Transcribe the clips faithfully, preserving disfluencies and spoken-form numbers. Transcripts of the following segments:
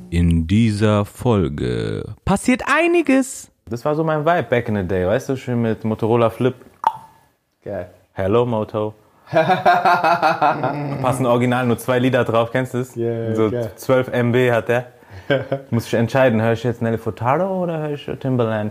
In dieser Folge passiert einiges. Das war so mein Vibe back in the day, weißt du, schön mit Motorola Flip. Geil. Hello Moto. Passen original nur zwei Lieder drauf, kennst du es? Yeah, so geil. zwölf Megabyte hat der. Muss ich entscheiden, höre ich jetzt Nelly Furtado oder höre ich Timbaland?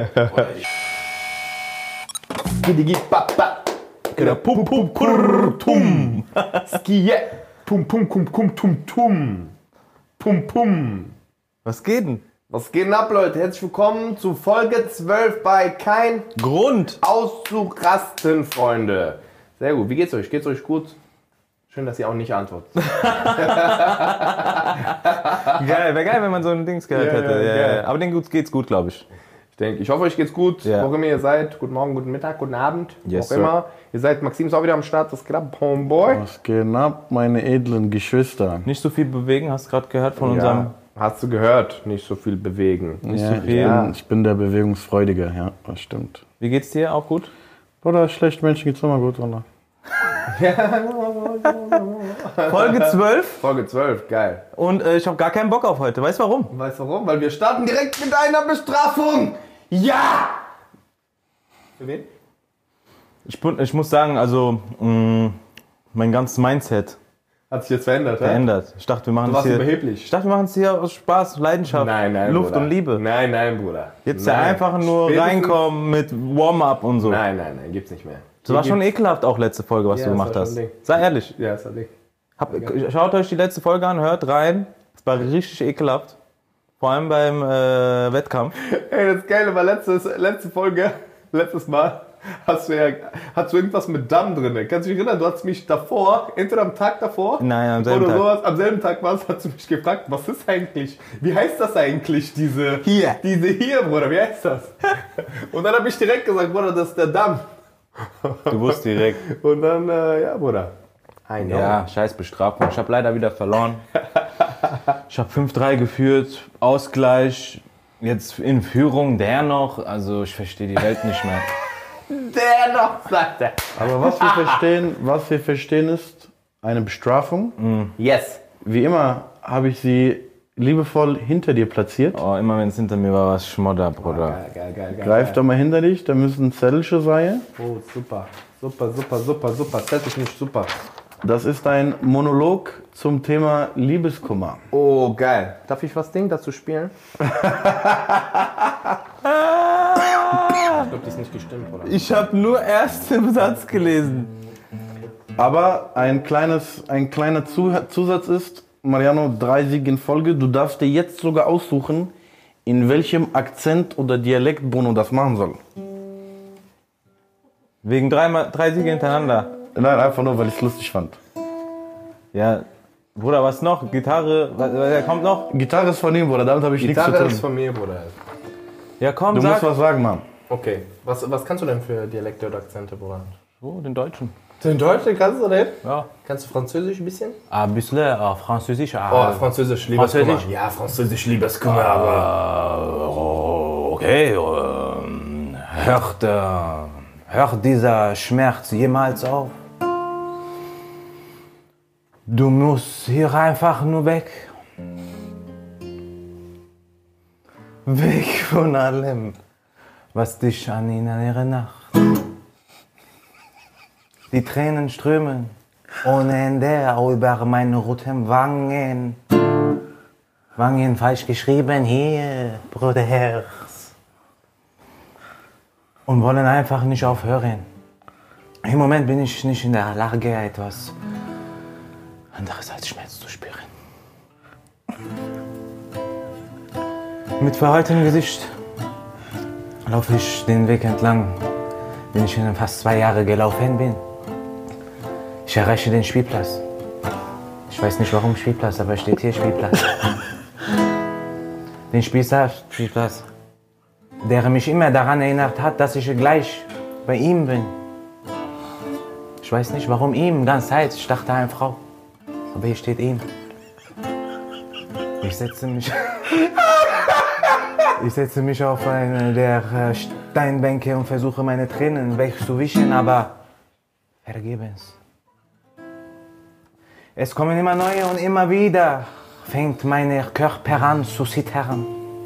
Gidigi papa. Gida pum pum kurr tum. Skie. Pum pum kum kum tum tum. Pum pum. Was geht denn? Was geht denn ab, Leute? Herzlich willkommen zu Folge zwölf bei Kein Grund auszurasten, Freunde. Sehr gut. Wie geht's euch? Geht's euch gut? Schön, dass ihr auch nicht antwortet. Geil, wäre geil, wenn man so ein Dings gehört Ja, hätte. ja, Ja, geil. ja. Aber denen geht's gut, glaube ich. Ich denke, ich hoffe, euch geht's gut. Ja. Wo immer ihr seid. Guten Morgen, guten Mittag, guten Abend. Yes, auch sir. immer. Ihr seid, Maxim ist auch wieder am Start. Das klappt, Homeboy. Was geht ab, meine edlen Geschwister? Nicht so viel bewegen, hast du gerade gehört von unserem... Ja, hast du gehört? Nicht so viel bewegen. Nicht Ja, so viel. Ich, bin, ich bin der Bewegungsfreudige, ja, das stimmt. Wie geht's dir? Auch gut? Oder schlecht Menschen geht's immer gut, oder? Folge zwölf Folge zwölf, geil. und äh, ich habe gar keinen Bock auf heute. Weißt du warum? Weißt du warum? Weil wir starten direkt mit einer Bestrafung. Ja! Für wen? Ich, bin- ich muss sagen, also mh, mein ganzes Mindset Hat sich jetzt verändert, verändert. Ich dachte, wir machen Du das warst hier... überheblich. Ich dachte, wir machen es hier aus Spaß, Leidenschaft, Nein, nein, Luft Bruder. und Liebe. Nein, nein, Bruder. Jetzt nein. ja einfach nur Spätestens- reinkommen mit Warm-up und so. Nein, nein, nein, gibt's nicht mehr. Das war schon ekelhaft auch letzte Folge, was Ja, du das gemacht war hast. schon ein Ding. Sei ehrlich. Ja, ist halt dick. Hab, schaut euch die letzte Folge an, hört rein. Es war richtig ekelhaft. Vor allem beim äh, Wettkampf. Ey, das Geile war letztes, letzte Folge, letztes Mal, hast du ja, hast du irgendwas mit Damm drin. Kannst du dich erinnern, du hast mich davor, entweder am Tag davor, Nein, am selben oder Tag. sowas, am selben Tag warst, hast du mich gefragt, was ist eigentlich, wie heißt das eigentlich, diese, Hier. diese hier, Bruder, wie heißt das? Und dann habe ich direkt gesagt, Bruder, das ist der Damm. Du wusstest direkt. Und dann, äh, ja, Bruder. I know. Ja, scheiß Bestrafung. Ich habe leider wieder verloren. Ich habe fünf drei geführt, Ausgleich, jetzt in Führung, der noch. Also ich verstehe die Welt nicht mehr. Der noch, sagt er. Aber was wir verstehen, was wir verstehen ist eine Bestrafung. Yes. Wie immer habe ich sie liebevoll hinter dir platziert. Oh, immer wenn es hinter mir war, was Schmodder, Bruder. Geil, geil, geil, geil. Greif doch mal hinter dich, da müssen Zettelchen sein. Oh, super. Super, super, super, super. Das ist nicht super. Das ist ein Monolog zum Thema Liebeskummer. Oh, geil. Darf ich was Ding dazu spielen? ich glaube, die ist nicht gestimmt, oder? Ich habe nur erst den Satz gelesen. Aber ein, kleines, ein kleiner Zu- Zusatz ist, Mariano, drei Siege in Folge. Du darfst dir jetzt sogar aussuchen, in welchem Akzent oder Dialekt Bruno das machen soll. Wegen drei, drei Siege hintereinander. Nein, einfach nur, weil ich es lustig fand. Ja, Bruder, was noch? Gitarre, was, wer kommt noch? Gitarre ist von ihm, Bruder, damit habe ich nichts zu Gitarre tun. ist von mir, Bruder. Ja, komm, Du sag. musst was sagen, Mann. Okay. Was, was kannst du denn für Dialekte oder Akzente, Bruder? Oh, den Deutschen. Den Deutschen kannst du denn? Ja. Kannst du Französisch ein bisschen? Ah, ein bisschen, ah, Französisch. Oh, Ah, Französisch, Liebeskummer. Französisch? Ja, Französisch, Liebeskummer, aber... oh, okay. ähm, hört, äh, hört dieser Schmerz jemals auf? Du musst hier einfach nur weg. Weg von allem, was dich an ihn erinnert. Die Tränen strömen ohne Ende über meine roten Wangen. Wangen falsch geschrieben hier, Bruder. Und wollen einfach nicht aufhören. Im Moment bin ich nicht in der Lage, etwas anderes als Schmerz zu spüren. Mit verhautenem Gesicht laufe ich den Weg entlang, den ich in fast zwei Jahre gelaufen bin. Ich erreiche den Spielplatz. Ich weiß nicht warum Spielplatz, aber steht hier Spielplatz. Den Spielplatz, Spielplatz, der mich immer daran erinnert hat, dass ich gleich bei ihm bin. Ich weiß nicht warum ihm, ganz Zeit, ich dachte eine Frau. Aber hier steht ihm. Ich setze mich. Ich setze mich auf eine der äh, Steinbänke und versuche meine Tränen wegzuwischen, aber vergebens. Es kommen immer neue und immer wieder fängt mein Körper an zu zittern.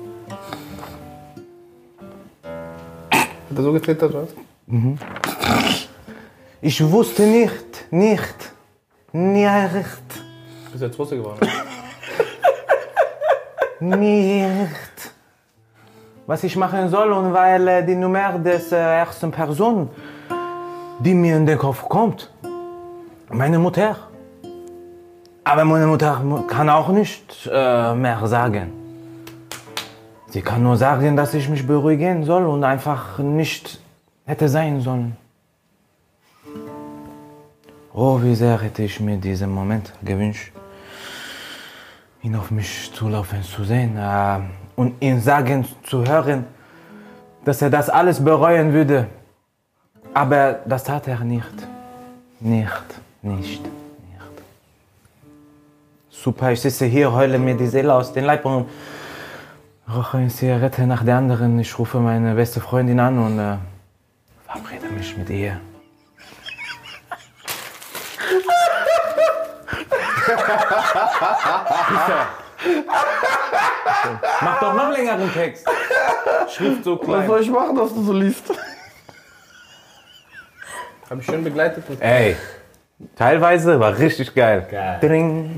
Hat er so gezittert, oder? Ich wusste nicht, nicht, nicht, Bist du jetzt Russe geworden? nicht, was ich machen soll. Und weil äh, die Nummer des äh, ersten Person, die mir in den Kopf kommt, meine Mutter. Aber meine Mutter mu- kann auch nicht äh, mehr sagen. Sie kann nur sagen, dass ich mich beruhigen soll und einfach nicht hätte sein sollen. Oh, wie sehr hätte ich mir diesen Moment gewünscht, ihn auf mich zulaufen zu sehen äh, und ihn sagen zu hören, dass er das alles bereuen würde. Aber das tat er nicht. Nicht, nicht, nicht. Super, ich sitze hier, heule mir die Seele aus den Leib und rauche eine Zigarette nach der anderen. Ich rufe meine beste Freundin an und äh, verabrede mich mit ihr. Mach doch noch längeren Text. Schrift so Was klein. soll ich machen, dass du so liest? Hab ich schön begleitet. Ey, teilweise war richtig geil. Geil. Dring.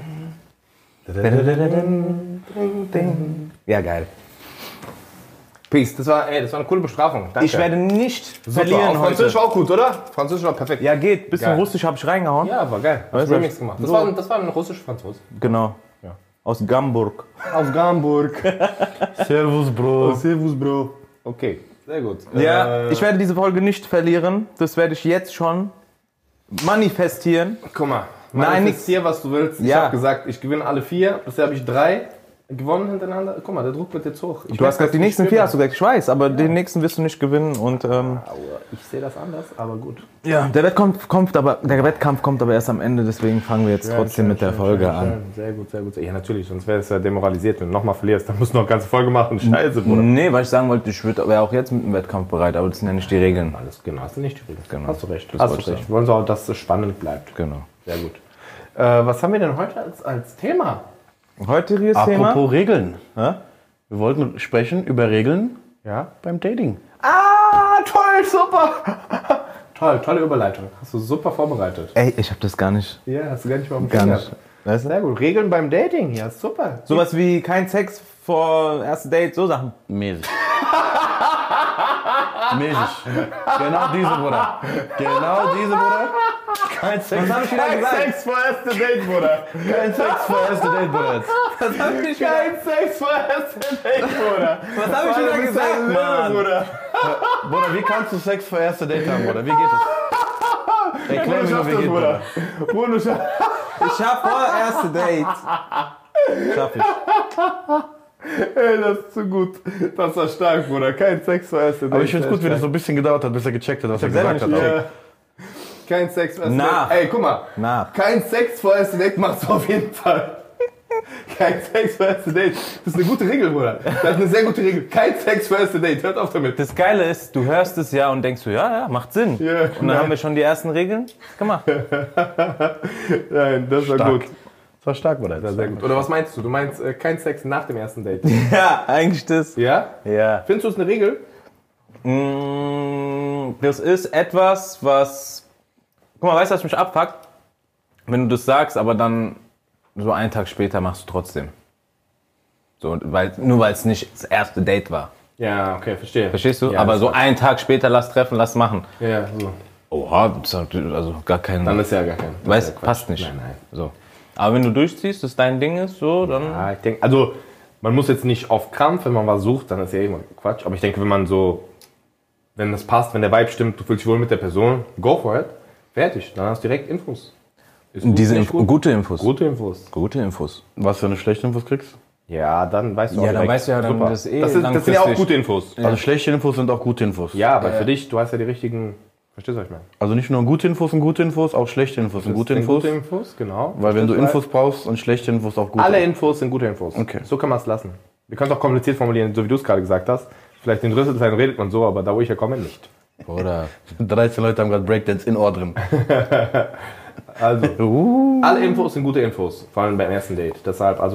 Ding. Ja, geil. Peace, das war, ey, das war eine coole Bestrafung. Danke. Ich werde nicht Super. verlieren Auch Französisch heute. war auch gut, oder? Französisch war perfekt. Ja, geht. Bisschen Geil. Russisch habe ich reingehauen. Ja, war geil. Hast Weißt du du, Remix gemacht. Das, so- war, das war ein russisch-franzos. Genau. Ja. Aus Gamburg. Aus Gamburg. Servus, Bro. Servus, Bro. Okay, sehr gut. Ja, Äh, ich werde diese Folge nicht verlieren. Das werde ich jetzt schon manifestieren. Guck mal. Nein, Manifestier, was du willst. Ich Ja. habe gesagt, ich gewinne alle vier. Bisher habe ich drei gewonnen hintereinander. Guck mal, der Druck wird jetzt hoch. Ich Du hast gesagt, die nächsten vier hast du. du gesagt, ich weiß, aber den nächsten wirst du nicht gewinnen. Und ähm, Ich sehe das anders, aber gut. ja, der Wettkampf kommt aber, der Wettkampf kommt aber erst am Ende, deswegen fangen wir jetzt trotzdem schön, mit der schön, Folge schön, an. schön. Sehr gut, sehr gut. Ja, natürlich, sonst wäre es ja demoralisiert. Wenn du nochmal verlierst, dann musst du noch eine ganze Folge machen. Scheiße, Bruder. Nee, weil ich sagen wollte, ich wäre auch jetzt mit dem Wettkampf bereit, aber das sind ja nicht die Regeln. Alles genau, hast du nicht die Regeln. Genau. Hast du recht. Das Hast wollte du ich recht. Wir wollen so, auch, dass es spannend bleibt. Genau. Sehr gut. Äh, was haben wir denn heute als, als Thema? Heutiges Thema. Apropos Regeln. Hä? Wir wollten sprechen über Regeln Ja? beim Dating. Ah, toll, super. Toll, tolle Überleitung. Hast du super vorbereitet. Ey, ich hab das gar nicht. Ja, hast du gar nicht mal am Gar Finger. nicht. Weißt du? Sehr gut. Regeln beim Dating. Ja, super. Sowas wie kein Sex vor ersten Date, so Sachen. Mäßig. Mäßig. Genau diese, Bruder. Genau diese, Bruder. Kein Sex. Was hab ich wieder Kein gesagt? Sex vor erste Date, Bruder. Kein Sex vor erste Date, Bruder. Was hab ich Kein Sex vor erste Date, Bruder. Was hab ich Bruder, wieder du bist gesagt, ein Löwe, Mann? Bruder. Bruder, wie kannst du Sex vor erste Date haben, Bruder? Wie geht es? Erklär mir mal, wie geht, Bruder. Bruder, schaff Ich hab vor erste Date. Schaff ich. Ey, das ist zu gut. Das war stark, Bruder. Kein Sex vor erste Date. Aber ich finde es gut, wie das so ein bisschen gedauert hat, bis er gecheckt hat, was er selber gesagt hat. nicht auch. Ja. Kein Sex vor erste Na. Date. Ey, guck mal. Na. Kein Sex vor erste Date machst du auf jeden Fall. Kein Sex vor erste Date. Das ist eine gute Regel, Bruder. Das ist eine sehr gute Regel. Kein Sex vor erste Date. Hört auf damit. Das Geile ist, du hörst es ja und denkst so, ja, ja, macht Sinn. Ja, und dann nein. haben wir schon die ersten Regeln gemacht. Nein, das war Stark. gut. Das war stark, Bruder. Das war sehr gut. Oder was meinst du? Du meinst äh, kein Sex nach dem ersten Date? Ja, eigentlich das. Ja? Ja. Findest du es eine Regel? Mm, Das ist etwas, was. Guck mal, weißt du, was mich abfuckt? Wenn du das sagst, aber dann so einen Tag später machst du trotzdem. So, weil, nur weil es nicht das erste Date war. Ja, okay, verstehe. Verstehst du? Ja, aber das so war- einen Tag später, lass treffen, lass machen. Ja, so. Oha, das hat also gar keinen. Dann ist ja gar kein. das Weißt, ist ja Quatsch. passt nicht. Nein, nein. So. Aber wenn du durchziehst, das dein Ding ist, so, dann. Ja, ich denke, also man muss jetzt nicht auf Krampf, wenn man was sucht, dann ist ja irgendwann Quatsch. Aber ich denke, wenn man so, wenn das passt, wenn der Vibe stimmt, du fühlst dich wohl mit der Person, go for it, fertig. Dann hast du direkt Infos. Ist gut, Diese nicht Info, gut? gute Infos. Gute Infos. Gute Infos. Was für eine schlechte Infos kriegst? Ja, dann weißt du auch Ja, dann direkt. weißt du ja, dann Super. das eh das, ist, das sind ja auch langfristig. gute Infos. Also schlechte Infos sind auch gute Infos. Ja, aber für dich, du hast ja die richtigen, verstehst du, was ich meine? Also nicht nur gute Infos sind gute Infos, auch schlechte Infos sind gute Das sind Infos. Gute Infos, genau. Weil wenn du Verstehst Infos brauchst und schlechte Infos auch gute. Alle Infos sind gute Infos. Okay. So kann man es lassen. Wir können es auch kompliziert formulieren, so wie du es gerade gesagt hast. Vielleicht in Rüsselstein redet man so, aber da, wo ich herkomme, nicht. Oder. dreizehn Leute haben gerade Breakdance in Ohr drin. Also, Uh. alle Infos sind gute Infos, vor allem beim ersten Date. Deshalb, also,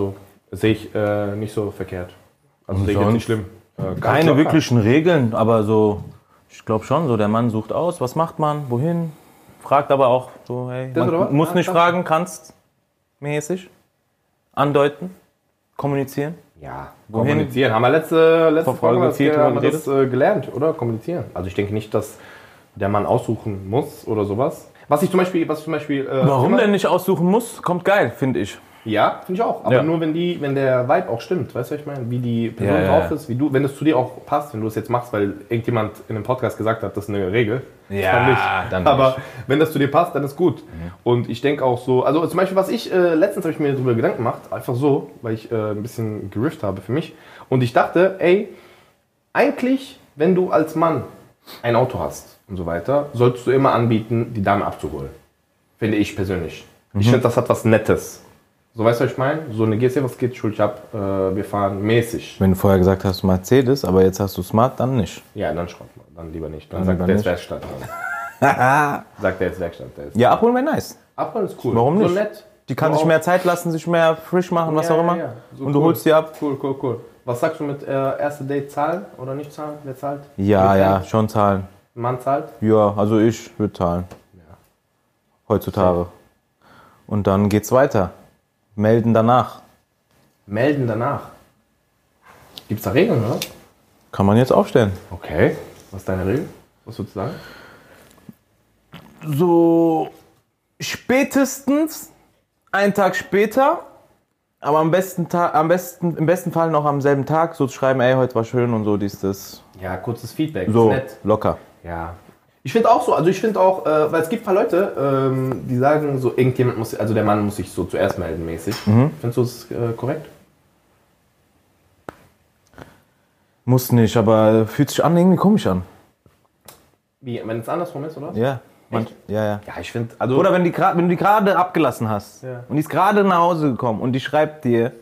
Sehe ich äh, nicht so verkehrt. Also sehe ich jetzt nicht schlimm. Äh, ganz Keine locker. wirklichen Regeln, aber so, ich glaube schon, so der Mann sucht aus, was macht man, wohin, fragt aber auch so, hey, Das oder was? man muss Ah, nicht krass. fragen, kannst mäßig andeuten, kommunizieren. Ja, Wohin? kommunizieren. Haben wir letzte, letzte Folge Folge viel das, drüber haben wir das geredet. äh, gelernt, oder? Kommunizieren. Also ich denke nicht, dass der Mann aussuchen muss oder sowas. Was ich zum Beispiel, was ich zum Beispiel. Äh, Warum immer, denn nicht aussuchen muss, kommt geil, finde ich. Ja, finde ich auch. Aber Ja. nur wenn die, wenn der Vibe auch stimmt, weißt du, was ich meine? Wie die Person Ja, ja, drauf ja. ist, wie du, wenn es zu dir auch passt, wenn du es jetzt machst, weil irgendjemand in einem Podcast gesagt hat, das ist eine Regel. Ja, dann nicht. dann Aber nicht. wenn das zu dir passt, dann ist gut. Und ich denke auch so, also zum Beispiel, was ich, äh, letztens habe ich mir darüber Gedanken gemacht, einfach so, weil ich äh, ein bisschen gerifft habe für mich. Und ich dachte, ey, eigentlich, wenn du als Mann ein Auto hast und so weiter, solltest du immer anbieten, die Dame abzuholen. Finde ich persönlich. Ich finde, das hat was Nettes. So, weißt du, was ich meine? So eine G S C, was geht, schuld ich ab, äh, wir fahren mäßig. Wenn du vorher gesagt hast Mercedes, aber jetzt hast du Smart, dann nicht. Ja, dann Schrott mal, dann lieber nicht. Dann, Dann sagt lieber der nicht. ist Werkstatt. Dann. Sagt der ist Werkstatt. Der ist Ja, abholen wäre nice. Abholen ist cool. Warum So nicht? nett. Die kann So sich auch- mehr Zeit lassen, sich mehr frisch machen, was Ja, auch immer. ja, ja. So Und du cool. holst sie ab. Cool, cool, cool. Was sagst du mit äh, erste Date zahlen oder nicht zahlen? Wer zahlt? Ja, Mit ja, wem? schon zahlen. Mann zahlt? Ja, also ich würde zahlen. Heutzutage. Und dann geht's weiter. Melden danach. Melden danach. Gibt's da Regeln, oder? Kann man jetzt aufstellen. Okay. Was ist deine Regel? Was würdest du sagen? So spätestens einen Tag später, aber am besten, Ta- am besten, im besten Fall noch am selben Tag, so zu schreiben, ey, heute war schön und so, dies, das. Ja, kurzes Feedback. So, Ist nett. locker. Ja. Ich finde auch so, also ich finde auch, äh, weil es gibt ein paar Leute, ähm, die sagen so, irgendjemand muss, also der Mann muss sich so zuerst melden mäßig. Findest du das äh, korrekt? Muss nicht, aber fühlt sich an, irgendwie komisch an. Wie, wenn es andersrum ist, oder? Ja. Man, ja, ja. Ja, ich finde, also... Oder wenn, die, gra- wenn du die gerade abgelassen hast Ja. und die ist gerade nach Hause gekommen und die schreibt dir,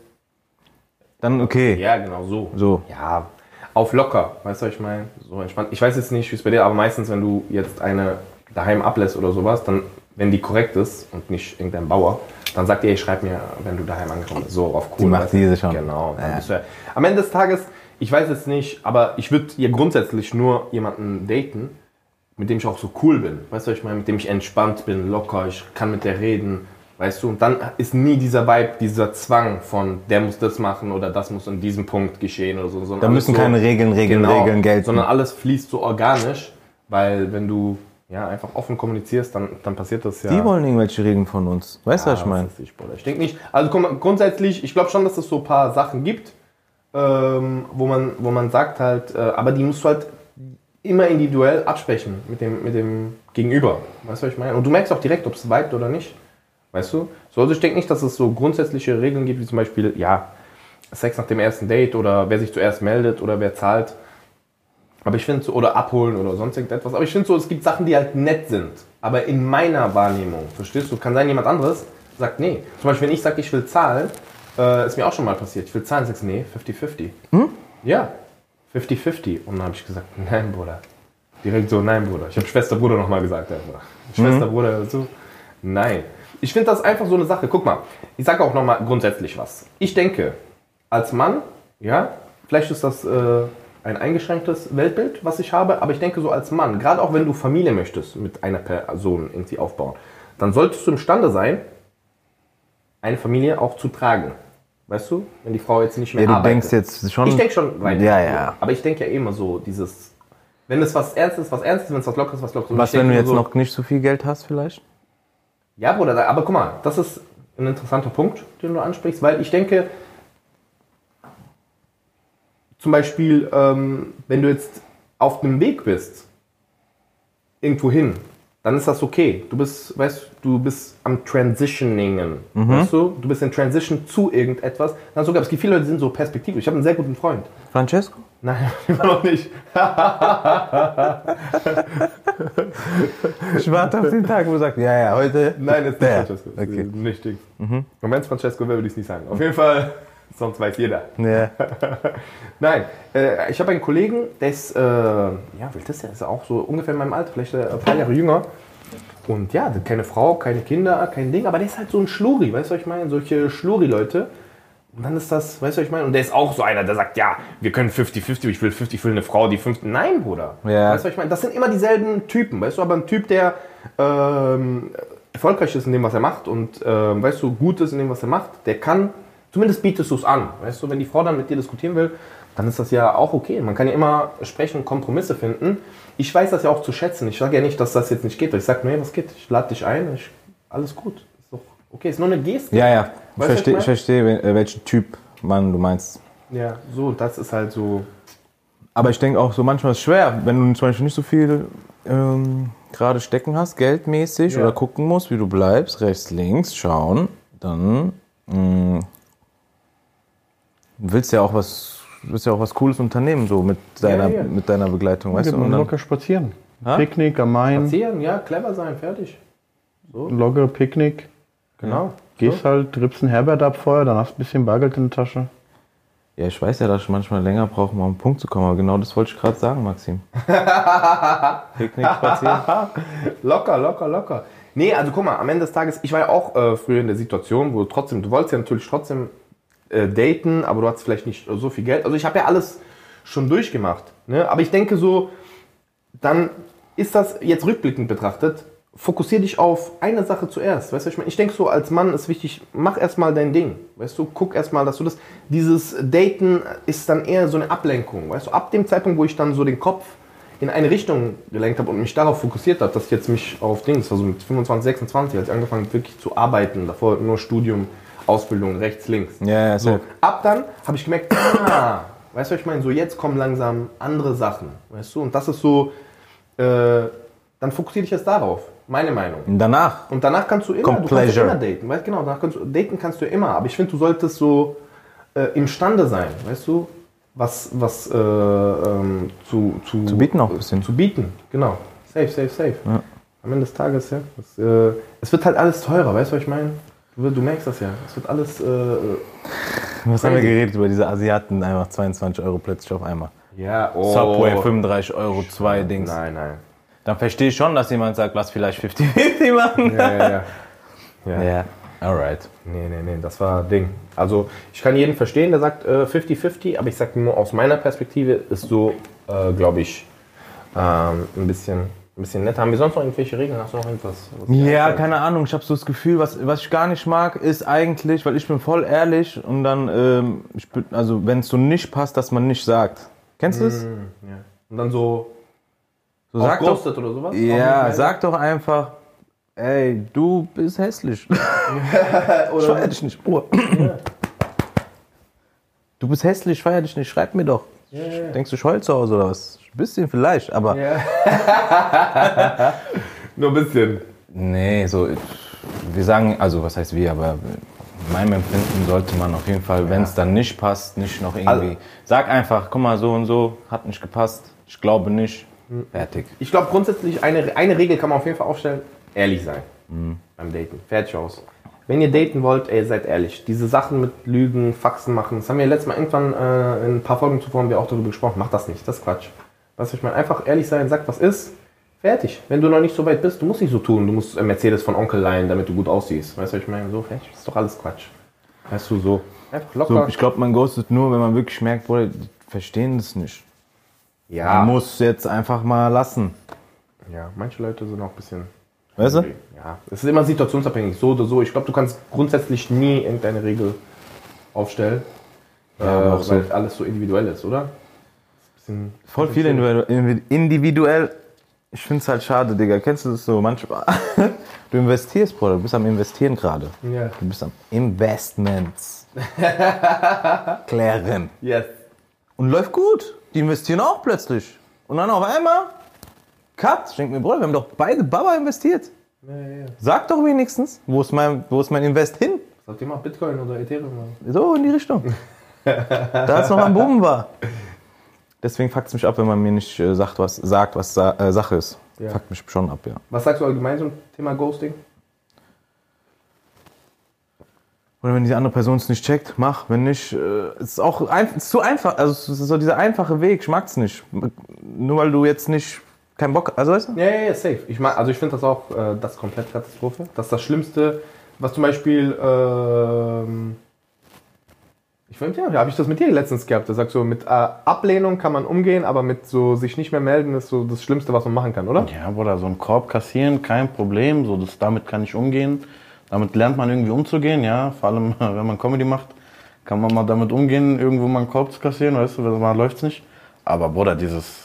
dann okay. Ja, genau so. So. Ja, auf locker, weißt du, was ich meine? So entspannt. Ich weiß jetzt nicht, wie es bei dir, aber meistens, wenn du jetzt eine daheim ablässt oder sowas, dann, wenn die korrekt ist und nicht irgendein Bauer, dann sagt ihr, ich schreib mir, wenn du daheim angekommen bist. So auf cool. Die macht weißt du? diese schon. Genau. Dann Ja. bist du ja. Am Ende des Tages, ich weiß jetzt nicht, aber ich würde hier grundsätzlich nur jemanden daten, mit dem ich auch so cool bin. Weißt du, was ich meine? Mit dem ich entspannt bin, locker, ich kann mit der reden. Weißt du, und dann ist nie dieser Vibe, dieser Zwang von, der muss das machen oder das muss an diesem Punkt geschehen oder so. Sondern Da alles müssen so, keine Regeln, Regeln, genau, Regeln gelten. sondern alles fließt so organisch, weil wenn du ja, einfach offen kommunizierst, dann, dann passiert das ja. Die wollen irgendwelche Regeln von uns. Weißt du, Ja, was ich meine? das ist nicht, Bruder. Ich denke nicht. Also guck mal, grundsätzlich, ich glaube schon, dass es so ein paar Sachen gibt, ähm, wo, man, wo man sagt halt, äh, aber die musst du halt immer individuell absprechen mit dem, mit dem Gegenüber. Weißt du, was ich meine? Und du merkst auch direkt, ob es vibet oder nicht. Weißt du? So, also ich denke nicht, dass es so grundsätzliche Regeln gibt, wie zum Beispiel, ja, Sex nach dem ersten Date oder wer sich zuerst meldet oder wer zahlt. Aber ich finde so, oder abholen oder sonst irgendetwas. Aber ich finde so, es gibt Sachen, die halt nett sind. Aber in meiner Wahrnehmung, verstehst du, kann sein, jemand anderes sagt, nee. Zum Beispiel, wenn ich sage, ich will zahlen, äh, ist mir auch schon mal passiert. Ich will zahlen, sagst du, nee, fünfzig fünfzig. Hm? Ja, fünfzig fünfzig. Und dann habe ich gesagt, nein, Bruder. Direkt so, nein, Bruder. Ich habe Schwester, Bruder nochmal gesagt, einfach. Schwester, Bruder, so. Nein. Ich finde das einfach so eine Sache. Guck mal, ich sage auch nochmal grundsätzlich was. Ich denke, als Mann, ja, vielleicht ist das äh, ein eingeschränktes Weltbild, was ich habe, aber ich denke so als Mann, gerade auch wenn du Familie möchtest mit einer Person irgendwie aufbauen, dann solltest du imstande sein, eine Familie auch zu tragen. Weißt du? Wenn die Frau jetzt nicht mehr Ja, du arbeitet. denkst jetzt schon. Ich denke schon weiter. Ja, ja. Aber ich denke ja immer so, dieses, wenn es was Ernstes, was Ernstes, wenn es was Lockeres, was Lockeres. Und Was, ich wenn du denke jetzt so, noch nicht so viel Geld hast, vielleicht? Ja, Bruder, da- aber guck mal, das ist ein interessanter Punkt, den du ansprichst, weil ich denke, zum Beispiel, ähm, wenn du jetzt auf dem Weg bist, irgendwo hin, dann ist das okay. Du bist, weißt du, bist am Transitioningen, weißt du? Du bist in Transition zu irgendetwas. Dann sogar, es gibt viele Leute, die sind so perspektivisch. Ich habe einen sehr guten Freund. Francesco? Nein, immer noch nicht. Ich warte auf den Tag, wo du sagst, ja, ja, heute. Nein, ist nicht Der. Francesco. Ist Okay. Nicht Dings. Und wenn es Francesco wäre, würde ich es nicht sagen. Auf jeden Fall, sonst weiß jeder. Ja. Nein, äh, ich habe einen Kollegen, der ist, äh, ja, wie alt ist der? Ist auch so ungefähr in meinem Alter, vielleicht äh, ein paar Jahre jünger. Und ja, keine Frau, keine Kinder, kein Ding, aber der ist halt so ein Schluri, weißt du, was ich meine? Solche Schluri-Leute. Und dann ist das, weißt du, was ich meine? Und der ist auch so einer, der sagt, ja, wir können fünfzig fünfzig, ich will fünfzig, ich will eine Frau, die fünfzig. Nein, Bruder. Ja. Weißt du, was ich meine? Das sind immer dieselben Typen, weißt du? Aber ein Typ, der ähm, erfolgreich ist in dem, was er macht und, ähm, weißt du, gut ist in dem, was er macht, der kann, zumindest bietest du es an. Weißt du, wenn die Frau dann mit dir diskutieren will, dann ist das ja auch okay. Man kann ja immer sprechen und Kompromisse finden. Ich weiß das ja auch zu schätzen. Ich sage ja nicht, dass das jetzt nicht geht. Ich sage, nee, was geht? Ich lade dich ein, ich, alles gut. Ist doch okay, ist nur eine Geste. Ja, ja. Ich Weißt du, verstehe, was ich verstehe, wel- welchen Typ Mann du meinst. Ja, so, das ist halt so. Aber ich denke auch so, manchmal ist es schwer, wenn du zum Beispiel nicht so viel ähm, gerade stecken hast, geldmäßig, Ja. oder gucken musst, wie du bleibst, rechts, links, schauen, dann mh, willst du ja auch was, willst ja auch was Cooles unternehmen, so mit deiner, Ja, ja. mit deiner Begleitung, weißt Geht du? man Und dann, locker spazieren. Ha? Picknick am Main, Spazieren, ja, clever sein, fertig. locker Picknick. Genau. Gehst halt, trippst ein Herbert ab vorher, dann hast du ein bisschen Bargeld in der Tasche. ja, ich weiß ja, dass ich manchmal länger brauche, um auf den Punkt zu kommen, aber genau das wollte ich gerade sagen, Maxim. Picknick, spazieren. Locker, locker, locker. Nee, also guck mal, am Ende des Tages, ich war ja auch äh, früher in der Situation, wo du trotzdem, du wolltest ja natürlich trotzdem äh, daten, aber du hattest vielleicht nicht so viel Geld. Also ich habe ja alles schon durchgemacht. Ne? Aber ich denke so, dann ist das jetzt rückblickend betrachtet, fokussier dich auf eine Sache zuerst. Weißt du, ich meine, ich denke so, als Mann ist wichtig, mach erstmal dein Ding. Weißt du, guck erstmal, dass du das. Dieses Daten ist dann eher so eine Ablenkung. Weißt du, ab dem Zeitpunkt, wo ich dann so den Kopf in eine Richtung gelenkt habe und mich darauf fokussiert habe, dass ich jetzt mich auf Dings, das war so mit fünfundzwanzig, sechsundzwanzig, als ich angefangen habe, wirklich zu arbeiten. Davor nur Studium, Ausbildung, rechts, links. Ja, ja, So, safe. ab dann habe ich gemerkt, ah, weißt du, was ich meine? So, jetzt kommen langsam andere Sachen. Weißt du, und das ist so, äh, dann fokussiere dich jetzt darauf. Meine Meinung. Und danach. Und danach kannst du immer, Kommt du kannst ja Pleasure. immer daten. Weißt, genau, danach kannst du, daten kannst du ja immer. Aber ich finde, du solltest so äh, imstande sein, weißt du, was, was äh, ähm, zu, zu, Zu bieten auch ein bisschen. Zu bieten, genau. Safe, safe, safe. Ja. Am Ende des Tages, ja. Das, äh, es wird halt alles teurer, weißt du, was ich meine? Du, du merkst das ja. Es wird alles. Äh, Was haben wir crazy. geredet über diese Asiaten? Einfach zweiundzwanzig Euro plötzlich auf einmal. ja, oh. Subway fünfunddreißig Euro, zwei Dings. Nein, nein. Dann verstehe ich schon, dass jemand sagt, lass vielleicht fünfzig fünfzig machen. Ja, ja, ja. ja. Ja, alright. Nee, nee, nee, das war Ding. Also ich kann jeden verstehen, der sagt äh, fünfzig fünfzig, aber ich sag nur aus meiner Perspektive ist so, äh, glaube ich, ähm, ein bisschen, ein bisschen netter. Haben wir sonst noch irgendwelche Regeln? Hast du noch irgendwas? was dir Ja, einfällt? keine Ahnung. Ich habe so das Gefühl, was, was ich gar nicht mag, ist eigentlich, weil ich bin voll ehrlich und dann, ähm, ich bin, also wenn es so nicht passt, dass man nicht sagt. Kennst du das? Hm, ja. Und dann so, So auch sag doch, ghostet oder sowas? Auch ja, nicht sag doch einfach, ey, du bist hässlich. Ich feier dich nicht. Oh. Du bist hässlich, ich feier dich nicht. Schreib mir doch. Ja, ja. Denkst du, ich heul zu Hause oder was? Ein bisschen vielleicht, aber Ja. Nur ein bisschen. nee, so, wir sagen, also was heißt wir, aber in meinem Empfinden sollte man auf jeden Fall, wenn es dann nicht passt, nicht noch irgendwie, Also- sag einfach, guck mal, so und so, hat nicht gepasst, ich glaube nicht, Hm. fertig. Ich glaube grundsätzlich, eine, eine Regel kann man auf jeden Fall aufstellen, ehrlich sein beim Daten. Fertig aus. Wenn ihr daten wollt, ey, seid ehrlich. Diese Sachen mit Lügen, Faxen machen, das haben wir letztes Mal irgendwann äh, in ein paar Folgen zuvor haben wir auch darüber gesprochen. Macht das nicht, das ist Quatsch. Weißt du, ich meine, einfach ehrlich sein, sagt was ist, fertig. Wenn du noch nicht so weit bist, du musst nicht so tun, du musst äh, Mercedes von Onkel leihen, damit du gut aussiehst. Weißt du, ich meine, so, fertig, das ist doch alles Quatsch. Weißt du, so, einfach locker. So, ich glaube, man ghostet nur, wenn man wirklich merkt, Bruder, die verstehen das nicht. ja, Man muss jetzt einfach mal lassen. ja, manche Leute sind auch ein bisschen... Weißt du? Ja, es ist immer situationsabhängig, so oder so. Ich glaube, du kannst grundsätzlich nie irgendeine Regel aufstellen, Ja, äh, aber auch so. weil alles so individuell ist, oder? Bisschen, Voll viel individu- individuell. Ich finde es halt schade, Digga. Kennst du das so manchmal? Du investierst, Bruder. Du bist am Investieren gerade. Ja. Du bist am Investments klären. Yes. Und läuft gut. Die investieren auch plötzlich. Und dann auf einmal, cut. Ich denke mir, Bruder, wir haben doch beide Baba investiert. Ja, ja, ja. Sag doch wenigstens, wo ist mein, wo ist mein Invest hin? Sagt ihr mal Bitcoin oder Ethereum? So in die Richtung. Da es noch am Boom war. Deswegen fuckt es mich ab, wenn man mir nicht äh, sagt, was, sagt, was sa äh, Sache ist. Ja. Fuckt mich schon ab, ja. Was sagst du allgemein zum Thema Ghosting? Oder wenn die andere Person es nicht checkt, mach. Wenn nicht, äh, es ist auch ein, es ist zu einfach. Also es ist so dieser einfache Weg. Ich mag's nicht. Nur weil du jetzt nicht keinen Bock, also weißt du? Ja, ja, ja, safe. Ich mag, also ich finde das auch, äh, das ist komplett Katastrophe. Das ist das Schlimmste, was zum Beispiel, ähm, Ja, habe ich das mit dir letztens gehabt. Da sagst du, mit äh, Ablehnung kann man umgehen, aber mit so sich nicht mehr melden ist so das Schlimmste, was man machen kann, oder? Ja, Bruder, so einen Korb kassieren, kein Problem. So, das, damit kann ich umgehen. Damit lernt man irgendwie umzugehen, ja. Vor allem, wenn man Comedy macht, kann man mal damit umgehen, irgendwo mal einen Korb zu kassieren, weißt du, mal läuft's nicht. Aber Bruder, dieses...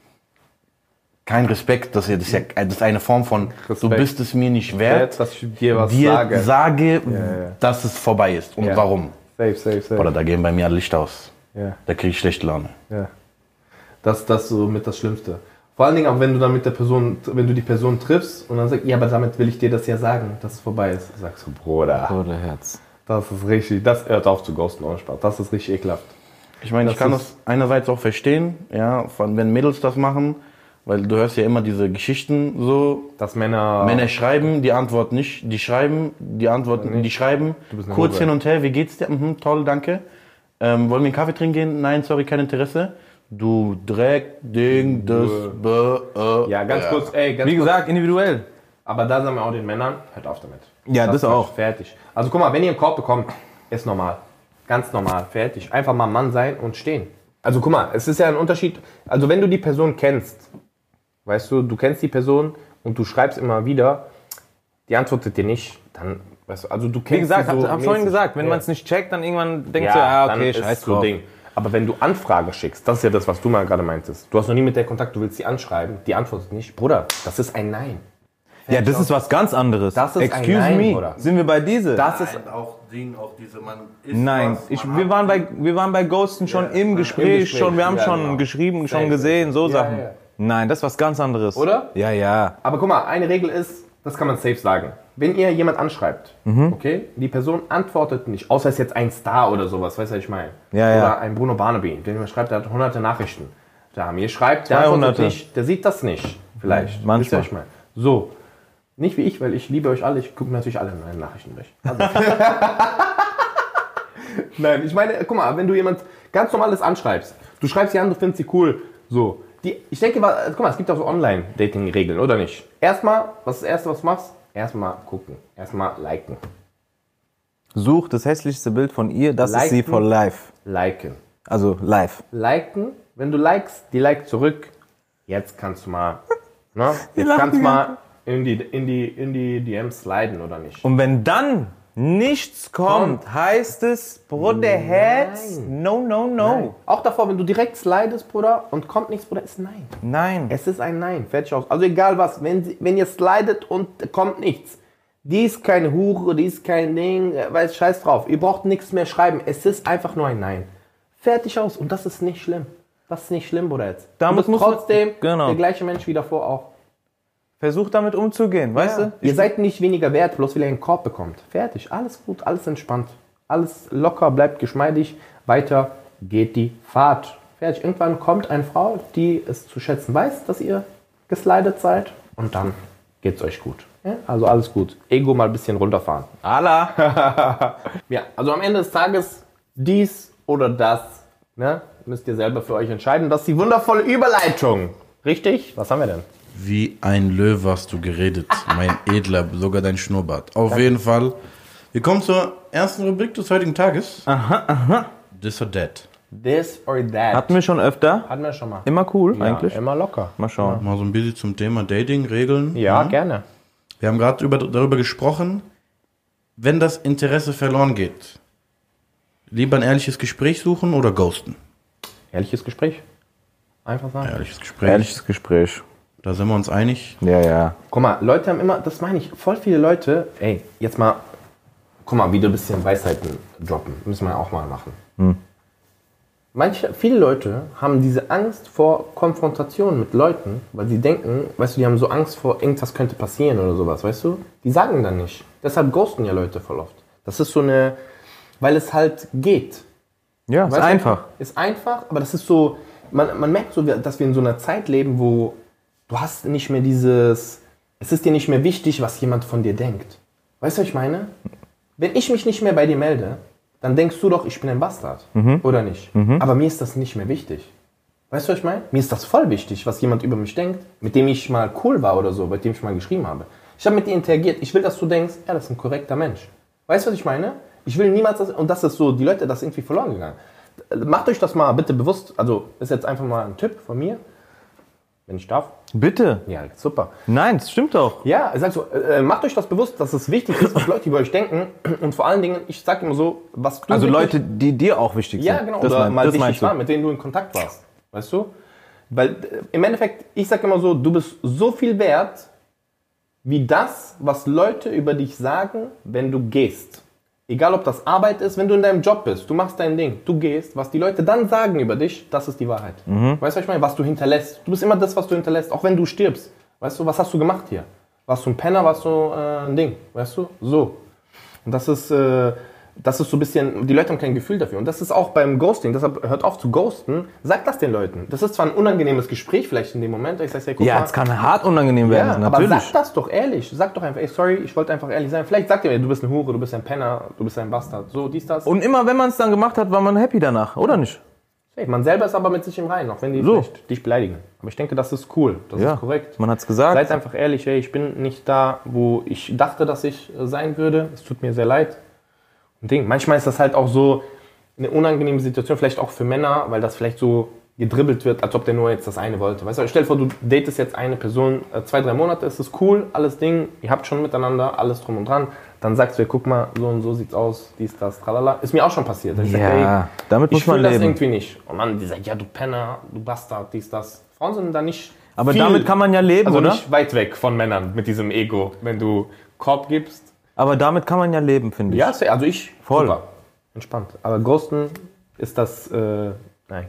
Kein Respekt, das ist ja, das ist eine Form von, Respekt. Du bist es mir nicht wert, dass ich dir was dir sage, sage ja, ja. dass es vorbei ist und ja. warum. Safe, safe, safe. Oder da gehen bei mir alle Lichter aus. Ja. Da kriege ich schlechte Laune. Ja. Das ist so mit das Schlimmste. Vor allen Dingen auch, wenn du dann mit der Person, wenn du die Person triffst und dann sagst, ja, aber damit will ich dir das ja sagen, dass es vorbei ist. Dann sagst du, Bruder, Bruder Herz. Das ist richtig, das hört auf zu ghosten, ohne Spaß. Das ist richtig ekelhaft. Ich meine, ich kann das einerseits auch verstehen, ja, von, wenn Mädels das machen, weil du hörst ja immer diese Geschichten so, dass Männer Männer schreiben, die antworten nicht, die schreiben, die antworten, die schreiben, kurz hin und her, wie geht's dir? Mhm, toll, danke. Ähm, wollen wir einen Kaffee trinken gehen? Nein, sorry, kein Interesse. Du Dreck, Ding, das, be, äh, ja, ganz ja. kurz, ey, ganz Wie kurz. gesagt, individuell. Aber da sagen wir auch den Männern, hört auf damit. Ja, das, das auch. Fertig. Also guck mal, wenn ihr einen Korb bekommt, ist normal. Ganz normal, fertig. Einfach mal Mann sein und stehen. Also guck mal, es ist ja ein Unterschied. Also wenn du die Person kennst, weißt du, du kennst die Person und du schreibst immer wieder, die antwortet dir nicht, dann, weißt du, also du kennst Wie gesagt, die so hab, hab vorhin gesagt, wenn ja. man es nicht checkt, dann irgendwann denkst ja, du, ah, dann okay, ist scheiß so drauf. Ding. Aber wenn du Anfrage schickst, das ist ja das, was du mal gerade meintest. Du hast noch nie mit der Kontakt, du willst sie anschreiben, die antwortet nicht. Bruder, das ist ein Nein. Ja, das ist was ganz anderes. Das ist Excuse ein Nein, me, Bruder. sind wir bei diese? Das ist auch Ding, auch diese, man ist Nein, was, ich, man wir, hat- waren bei, wir waren bei Ghosten schon im, Gespräch, Im Gespräch, schon, wir haben ja, schon genau. geschrieben, schon Safe. gesehen, so Ja, Sachen. ja. Nein, das ist was ganz anderes. Oder? Ja, ja. Aber guck mal, eine Regel ist, das kann man safe sagen. Wenn ihr jemand anschreibt, Mhm. okay, die Person antwortet nicht, außer es ist jetzt ein Star oder sowas, weißt du, was ich meine? Ja, ja. Oder ein Bruno Barnaby, der mir schreibt, der hat hunderte Nachrichten. Der mir schreibt, der zweihunderte. antwortet nicht, der sieht das nicht, vielleicht. Manchmal. Wisst ihr, was ich meine? So, nicht wie ich, weil ich liebe euch alle, ich gucke natürlich alle meine Nachrichten durch. Also. Nein, ich meine, guck mal, wenn du jemand ganz normales anschreibst, du schreibst sie an, du findest sie cool, so. Die, ich denke, guck mal, es gibt auch so Online-Dating-Regeln, oder nicht? Erstmal, was ist das Erste, was du machst? Erstmal gucken, erstmal liken. Such das hässlichste Bild von ihr, das ist sie Liken. for life. Liken. Also live. Liken, wenn du likest, die liked zurück. Jetzt kannst du mal, ne? Jetzt lachen kannst du die mal in die, in, die, in die D Ms sliden, oder nicht? Und wenn dann nichts kommt, heißt es, Bruder Herz, no, no, no. Nein. Auch davor, wenn du direkt slidest, Bruder, und kommt nichts, Bruder, ist Nein. Nein. Es ist ein Nein, fertig aus. Also egal was, wenn, sie, wenn ihr slidet und kommt nichts, die ist keine Hure, die ist kein Ding, äh, weiß scheiß drauf. Ihr braucht nichts mehr schreiben, es ist einfach nur ein Nein. Fertig aus und das ist nicht schlimm. Das ist nicht schlimm, Bruder, jetzt. Damit du bist muss man- trotzdem genau. der gleiche Mensch wie davor auch. Versuch damit umzugehen, weißt du? Ihr seid nicht weniger wert, bloß weil ihr einen Korb bekommt. Fertig, alles gut, alles entspannt. Alles locker, bleibt geschmeidig. Weiter geht die Fahrt. Fertig. Irgendwann kommt eine Frau, die es zu schätzen weiß, dass ihr geslidet seid. Und dann geht's euch gut. Ja? Also alles gut. Ego mal ein bisschen runterfahren. Allah. Ja, also am Ende des Tages dies oder das. Ne? Müsst ihr selber für euch entscheiden. Das ist die wundervolle Überleitung. Richtig? Was haben wir denn? Wie ein Löwe hast du geredet, mein Edler, sogar dein Schnurrbart. Auf jeden Fall. Wir kommen zur ersten Rubrik des heutigen Tages. Aha, aha. This or that. This or that. Hatten wir schon öfter. Hatten wir schon mal. Immer cool, Ja, eigentlich. immer locker. Mal schauen. Mal so ein bisschen zum Thema Dating, Regeln. Ja, gerne. Wir haben gerade über, darüber gesprochen, wenn das Interesse verloren geht. Lieber ein ehrliches Gespräch suchen oder ghosten? Ehrliches Gespräch. Einfach sagen. Ehrliches Gespräch. Ehrliches Gespräch. Da sind wir uns einig. Ja, ja. Guck mal, Leute haben immer, das meine ich, voll viele Leute, ey, jetzt mal, guck mal, wieder ein bisschen Weisheiten droppen. Müssen wir auch mal machen. Hm. Manche, viele Leute haben diese Angst vor Konfrontation mit Leuten, weil sie denken, weißt du, die haben so Angst vor, irgendwas könnte passieren oder sowas, weißt du? Die sagen dann nicht. Deshalb ghosten ja Leute voll oft. Das ist so eine, weil es halt geht. Ja, ist Weißt du? einfach. Ist einfach, aber das ist so, man, man merkt so, dass wir in so einer Zeit leben, wo du hast nicht mehr dieses, es ist dir nicht mehr wichtig, was jemand von dir denkt. Weißt du, was ich meine? Wenn ich mich nicht mehr bei dir melde, dann denkst du doch, ich bin ein Bastard. Oder nicht? Aber mir ist das nicht mehr wichtig. Weißt du, was ich meine? Mir ist das voll wichtig, was jemand über mich denkt, mit dem ich mal cool war oder so, mit dem ich mal geschrieben habe. Ich habe mit dir interagiert, ich will, dass du denkst, ja, das ist ein korrekter Mensch. Weißt du, was ich meine? Ich will niemals, das, und das ist so, die Leute, das ist irgendwie verloren gegangen. Macht euch das mal bitte bewusst, also ist jetzt einfach mal ein Tipp von mir, wenn ich darf. Bitte. Ja, super. Nein, das stimmt doch. Ja, sag so, äh, macht euch das bewusst, dass es wichtig ist, was Leute über euch denken. Und vor allen Dingen, ich sag immer so, was du Also wirklich, Leute, die dir auch wichtig sind. ja, genau, das oder mein, mal das wichtig meinst du. waren, mit denen du in Kontakt warst. Weißt du? Weil äh, im Endeffekt, ich sag immer so, du bist so viel wert, wie das, was Leute über dich sagen, wenn du gehst. Egal, ob das Arbeit ist, wenn du in deinem Job bist, du machst dein Ding, du gehst, was die Leute dann sagen über dich, das ist die Wahrheit. Mhm. Weißt du, was ich meine? Was du hinterlässt. Du bist immer das, was du hinterlässt, auch wenn du stirbst. Weißt du, was hast du gemacht hier? Warst du ein Penner, warst du äh, ein Ding? Weißt du? So. Und das ist, äh, das ist so ein bisschen, die Leute haben kein Gefühl dafür. Und das ist auch beim Ghosting, deshalb hört auf zu ghosten, sagt das den Leuten. Das ist zwar ein unangenehmes Gespräch vielleicht in dem Moment, ich sag, hey, guck Ja, mal, es kann hart unangenehm werden, ja, natürlich. aber sag das doch ehrlich. Sag doch einfach, ey, sorry, ich wollte einfach ehrlich sein. Vielleicht sagt ihr mir, du bist eine Hure, du bist ein Penner, du bist ein Bastard. So, dies, das. Und immer, wenn man es dann gemacht hat, war man happy danach, oder nicht? Hey, man selber ist aber mit sich im Reinen, auch wenn die So. vielleicht dich beleidigen. Aber ich denke, das ist cool, das Ja, ist korrekt. man hat's gesagt. Seid einfach ehrlich, hey, ich bin nicht da, wo ich dachte, dass ich äh, sein würde. Es tut mir sehr leid. Ein Ding. Manchmal ist das halt auch so eine unangenehme Situation, vielleicht auch für Männer, weil das vielleicht so gedribbelt wird, als ob der nur jetzt das eine wollte. Weißt du, stell dir vor, du datest jetzt eine Person, äh, zwei, drei Monate, ist das cool, alles Ding, ihr habt schon miteinander, alles drum und dran. Dann sagst du, guck mal, so und so sieht's aus, dies, das, tralala. Ist mir auch schon passiert. Ich Ja, sag, ey, damit muss ich fühl man das leben. irgendwie nicht. Und dann die sagt, ja, du Penner, du Bastard, dies, das. Frauen sind da nicht Aber viel, damit kann man ja leben, also oder? nicht weit weg von Männern mit diesem Ego, wenn du Korb gibst. Aber damit kann man ja leben, finde ich. Ja, sehr- also ich, Voll. super, entspannt. Aber Ghosten ist das, äh, nein.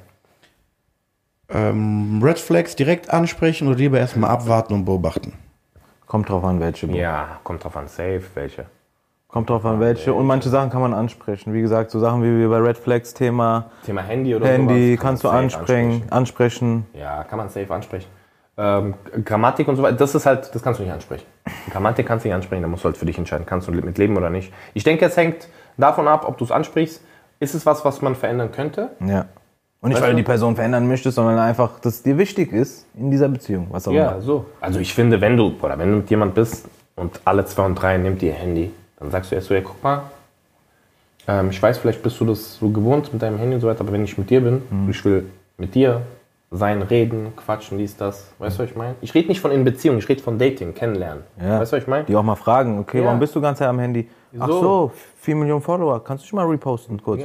Ähm, Red Flags direkt ansprechen oder lieber erstmal abwarten und beobachten? Kommt drauf an, welche. Bro. Ja, kommt drauf an, safe, welche. Kommt drauf an, welche. Und manche Sachen kann man ansprechen. Wie gesagt, so Sachen wie bei Red Flags, Thema Thema Handy oder Handy, sowas. kann kannst du man safe ansprechen, ansprechen. Ja, kann man safe ansprechen. Ähm, Grammatik und so weiter, das ist halt, das kannst du nicht ansprechen. Grammatik kannst du nicht ansprechen, da musst du halt für dich entscheiden, kannst du mit leben oder nicht. Ich denke, es hängt davon ab, ob du es ansprichst. Ist es was, was man verändern könnte? Ja. Und nicht, Weißt weil du du? die Person verändern möchtest, sondern einfach, dass es dir wichtig ist in dieser Beziehung. Was auch Ja, immer. so. Also ich finde, wenn du, oder wenn du mit jemand bist und alle zwei und drei nimmt ihr Handy, dann sagst du erst so, ja, guck mal, ähm, ich weiß, vielleicht bist du das so gewohnt mit deinem Handy und so weiter, aber wenn ich mit dir bin, Mhm. ich will mit dir sein, reden, quatschen, dies, das, weißt du, was ich meine? Ich rede nicht von in Beziehung, ich rede von Dating, kennenlernen. Ja. Weißt du, was ich meine? Die auch mal fragen, okay, Ja. warum bist du die ganze Zeit am Handy? Ach So. so, vier Millionen Follower, kannst du dich mal reposten kurz?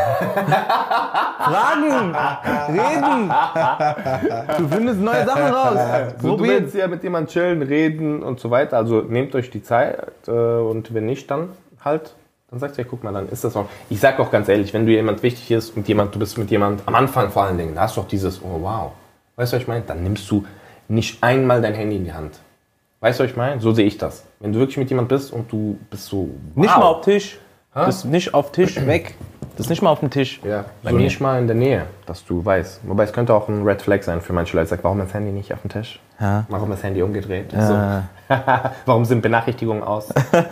Fragen, reden. Du findest neue Sachen raus. So, du Probier. willst ja mit jemandem chillen, reden und so weiter, also nehmt euch die Zeit äh, und wenn nicht, dann halt, dann sagt ihr, ja, guck mal, dann ist das auch. Ich sag auch ganz ehrlich, wenn du jemand wichtig ist und jemand, du bist mit jemand am Anfang vor allen Dingen, da hast du auch dieses, oh wow, weißt du, was ich meine? Dann nimmst du nicht einmal dein Handy in die Hand. Weißt du, was ich meine? So sehe ich das. Wenn du wirklich mit jemand bist und du bist so, wow. Nicht mal auf Tisch. Das ist nicht auf Tisch weg. Das ist nicht mal auf dem Tisch. Ja, Bei so mir. nicht mal in der Nähe, dass du weißt. Wobei es könnte auch ein Red Flag sein für manche Leute. Sagt, warum das Handy nicht auf dem Tisch? Ja. Warum das Handy umgedreht? Ja. So. Warum sind Benachrichtigungen aus?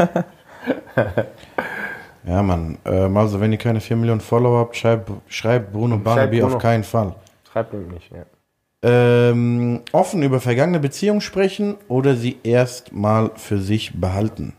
Ja, Mann. Ähm, also, wenn ihr keine vier Millionen Follower habt, schreibt schreib Bruno Barnaby Bruno. auf keinen Fall. Schreibt mir nicht. Ja. Ähm, offen über vergangene Beziehungen sprechen oder sie erstmal für sich behalten?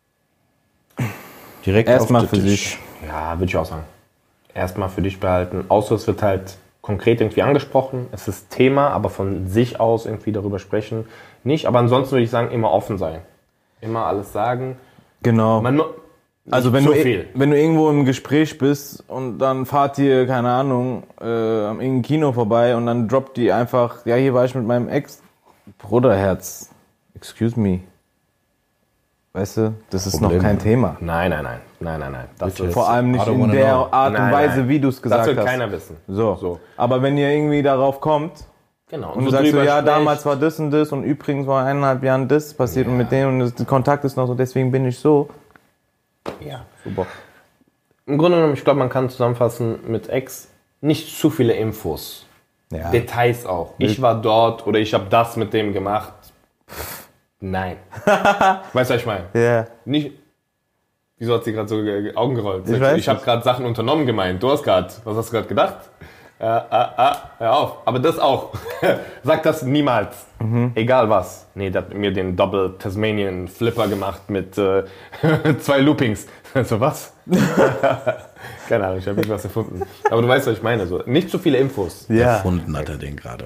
Direkt Erstmal auf für den Tisch. sich. Ja, würde ich auch sagen. Erstmal für dich behalten. Außer es wird halt konkret irgendwie angesprochen. Es ist Thema, aber von sich aus irgendwie darüber sprechen. Nicht, aber ansonsten würde ich sagen, immer offen sein. Immer alles sagen. Genau. Man, mu- Also wenn zu du, viel. wenn du irgendwo im Gespräch bist und dann fahrt ihr, keine Ahnung, äh, am irgendeinem Kino vorbei und dann droppt die einfach, ja, hier war ich mit meinem Ex. Bruderherz, excuse me. Weißt du, das ist Problem. noch kein Thema. Nein, nein, nein. Nein, nein, nein. Das Bitte. ist, Vor allem I nicht don't in wanna der know. Art und Nein, Weise, nein. wie du es gesagt das wird hast. keiner wissen. So. So. Aber wenn ihr irgendwie darauf kommt Genau. und du sagst so, ja, damals war das und das und übrigens war eineinhalb Jahren das passiert und mit denen und das, der Kontakt ist noch so, deswegen bin ich so. Ja, super. Im Grunde genommen, ich glaube, man kann zusammenfassen mit Ex, nicht zu viele Infos. Ja. Details auch. Ich war dort oder ich habe das mit dem gemacht. Nein. Weißt du, was ich meine? Ja. Nicht. Wieso hat sie gerade so äh, Augen gerollt? Ich Ich, weiß ich habe nicht. gerade Sachen unternommen gemeint. Du hast gerade, was hast du gerade gedacht? Äh, äh, äh, hör auf. Aber das auch. Sag das niemals. Mhm. Egal was. Nee, der hat mir den Double Tasmanian Flipper gemacht mit äh, zwei Loopings. So was? Keine Ahnung, ich habe nicht was erfunden. Aber du weißt, was ich meine. So. Nicht zu viele Infos. Ja. Erfunden hat er den gerade.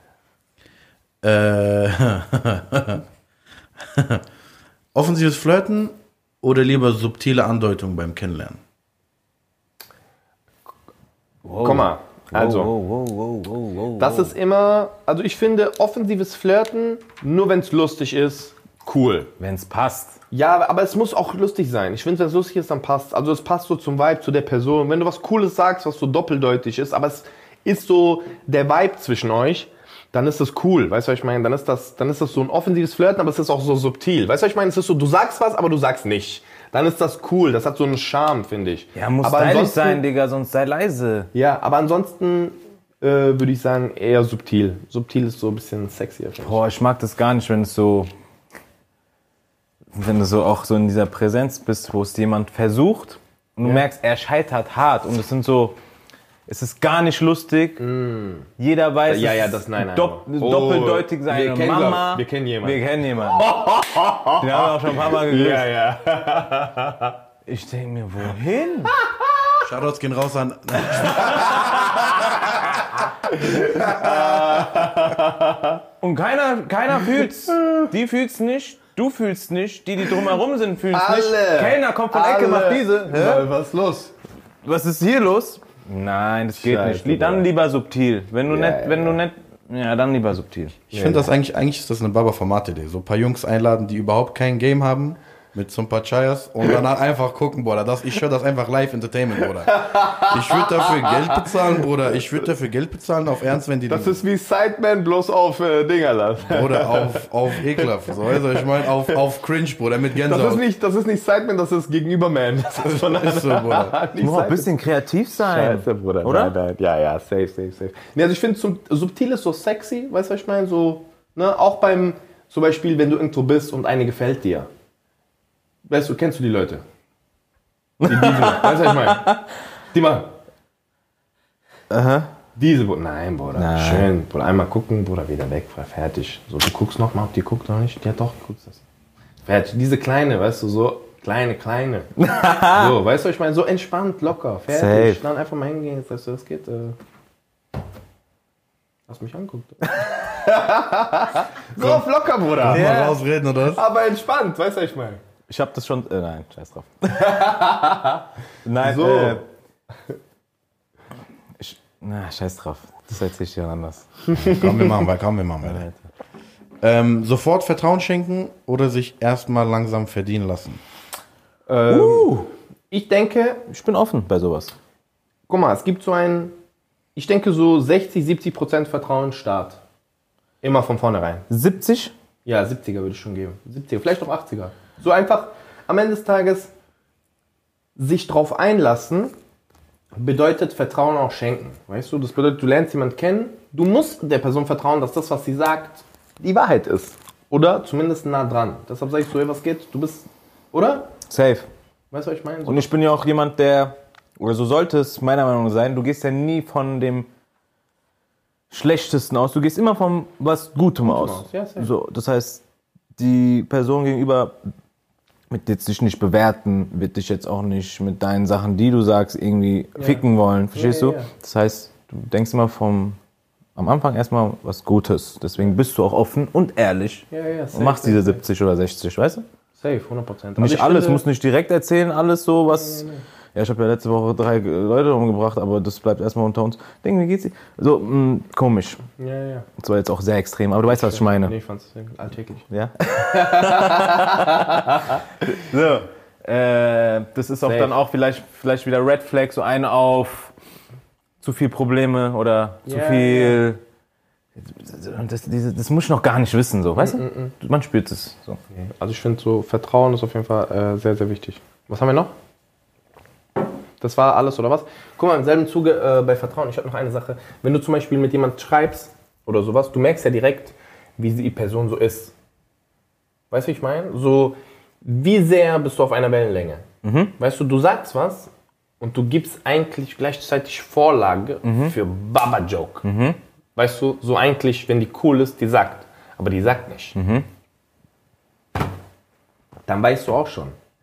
Äh, offensives Flirten oder lieber subtile Andeutungen beim Kennenlernen? Wow. Komm mal. Also, wow, wow, wow, wow, wow, das ist immer, also ich finde offensives Flirten, nur wenn es lustig ist, cool. Wenn es passt. Ja, aber es muss auch lustig sein. Ich finde, wenn es lustig ist, dann passt. Also es passt so zum Vibe, zu der Person. Wenn du was Cooles sagst, was so doppeldeutig ist, aber es ist so der Vibe zwischen euch, dann ist das cool. Weißt du, was ich meine? Dann ist das, dann ist das so ein offensives Flirten, aber es ist auch so subtil. Weißt du, was ich meine? Es ist so, du sagst was, aber du sagst nicht. Dann ist das cool. Das hat so einen Charme, finde ich. Ja, muss aber stylisch sein, Digga, sonst sei leise. Ja, aber ansonsten äh, würde ich sagen, eher subtil. Subtil ist so ein bisschen sexier. Boah, ich mag das gar nicht, wenn es so, wenn du so auch so in dieser Präsenz bist, wo es jemand versucht und du Ja. merkst, er scheitert hart und es sind so, es ist gar nicht lustig. Jeder weiß, Ja, es ja, ist das- nein, nein, dopp- aber- Oh, doppeldeutig wir seine kennen, Mama. glaub- wir kennen jemanden. Wir kennen jemanden. Den haben wir auch schon ein paar Mal geküsst. Ja, ja. Ich denke mir, wohin? Shoutouts gehen raus an. Und keiner, keiner fühlt's. Die fühlt's nicht, du fühlst nicht, die, die drumherum sind, fühlen's nicht. Alle. Kellner kommt von der Ecke, macht diese. Hä? Was ist los? Was ist hier los? Nein, das geht Scheiße, nicht. Li- Dann Bruder. lieber subtil. Wenn du Ja, nicht, ja, wenn du ja. nicht, ja, dann lieber subtil. Ich finde das eigentlich, eigentlich ist das eine Baba-Format-Idee. So ein paar Jungs einladen, die überhaupt kein Game haben, mit so ein paar Chayas und danach einfach gucken, Bruder. Das, ich höre das einfach live Entertainment, Bruder. Ich würde dafür Geld bezahlen, Bruder. Ich würde dafür Geld bezahlen, auf Ernst, wenn die... Das ist wie Sideman, bloß auf äh, Dinger. Bruder, auf, auf ekelhaft. So, also ich meine, auf, auf Cringe, Bruder, mit Gänsehaut. Das ist nicht, das ist nicht Sideman, das ist Gegenüberman. Das ist von ist so, Bruder. nicht Du musst auch ein Sideman. bisschen kreativ sein. Scheiße, Bruder. Oder? Nein, nein. Ja, ja, safe, safe, safe. Nee, also ich finde, zum- subtil ist so sexy, weißt du, was ich meine? So, ne, auch beim, zum Beispiel, wenn du irgendwo bist und eine gefällt dir. Weißt du, kennst du die Leute? Die, diese, weißt du, was ich meine? Die mal. Aha. Diese, Bruder. Nein, Bruder. Nein. Schön. Bruder, einmal gucken, Bruder, wieder weg, fertig. So, du guckst noch mal, ob die guckt noch nicht. Ja, doch, guckst das. Fertig. Diese kleine, weißt du, so kleine, kleine. So, weißt du, was ich meine? So entspannt, locker, fertig. Safe. Dann einfach mal hingehen, jetzt weißt du, das geht. Äh, hast mich angeguckt. So auf locker, Bruder. Mal Ja. rausreden, oder was? Aber entspannt, weißt du, was ich meine? Ich hab das schon. Äh, nein, scheiß drauf. Nein, So. äh. Ich, na, scheiß drauf. Das erzähl ich dir anders. Komm, wir machen weiter, komm, wir machen weiter. Ähm, sofort Vertrauen schenken oder sich erstmal langsam verdienen lassen? Ähm, Ich denke, Ich bin offen bei sowas. guck mal, es gibt so ein, ich denke so sechzig, siebzig Prozent Vertrauen Start. Immer von vornherein. siebzig? Ja, siebziger würde ich schon geben. siebziger, vielleicht auch achtziger. So einfach am Ende des Tages sich drauf einlassen, bedeutet Vertrauen auch schenken. Weißt du, das bedeutet, du lernst jemanden kennen, du musst der Person vertrauen, dass das, was sie sagt, die Wahrheit ist. Oder zumindest nah dran. Deshalb sage ich so, hey, was geht? Du bist, oder? Safe. Weißt du, was ich meine? So, Und ich bin ja auch jemand, der, oder so sollte es meiner Meinung nach sein, du gehst ja nie von dem Schlechtesten aus, du gehst immer von was Gutem aus. aus, ja, safe. So, das heißt, die Person gegenüber wird jetzt dich nicht bewerten, wird dich jetzt auch nicht mit deinen Sachen, die du sagst, irgendwie ficken wollen. Verstehst Ja, du? ja, ja. Das heißt, du denkst immer vom, am Anfang erstmal was Gutes. Deswegen bist du auch offen und ehrlich ja, ja, safe, und machst safe, diese safe. siebzig oder sechzig, weißt du? Safe, hundert Prozent. Nicht alles, muss nicht direkt erzählen, alles so, was. Ja, ich habe ja letzte Woche drei Leute umgebracht, aber das bleibt erstmal unter uns. Ding, wie geht's dir? So, mh, komisch. Ja, ja. Das war jetzt auch sehr extrem, aber du weißt, was ich meine. Nee, ich fand's alltäglich. Ja? So. Äh, das ist auch Safe. dann auch vielleicht, vielleicht wieder Red Flag, so eine auf zu viel Probleme oder zu Ja, viel. Das, diese, das muss ich noch gar nicht wissen, so, weißt du? Man spürt es. So. Also ich finde so, Vertrauen ist auf jeden Fall äh, sehr, sehr wichtig. Was haben wir noch? Das war alles, oder was? Guck mal, im selben Zuge äh, bei Vertrauen, ich habe noch eine Sache. Wenn du zum Beispiel mit jemandem schreibst oder sowas, du merkst ja direkt, wie die Person so ist. Weißt du, wie ich meine? So, wie sehr bist du auf einer Wellenlänge? Weißt du, du sagst was und du gibst eigentlich gleichzeitig Vorlage für Baba-Joke. Weißt du, so eigentlich, wenn die cool ist, die sagt. Aber die sagt nicht. Dann weißt du auch schon.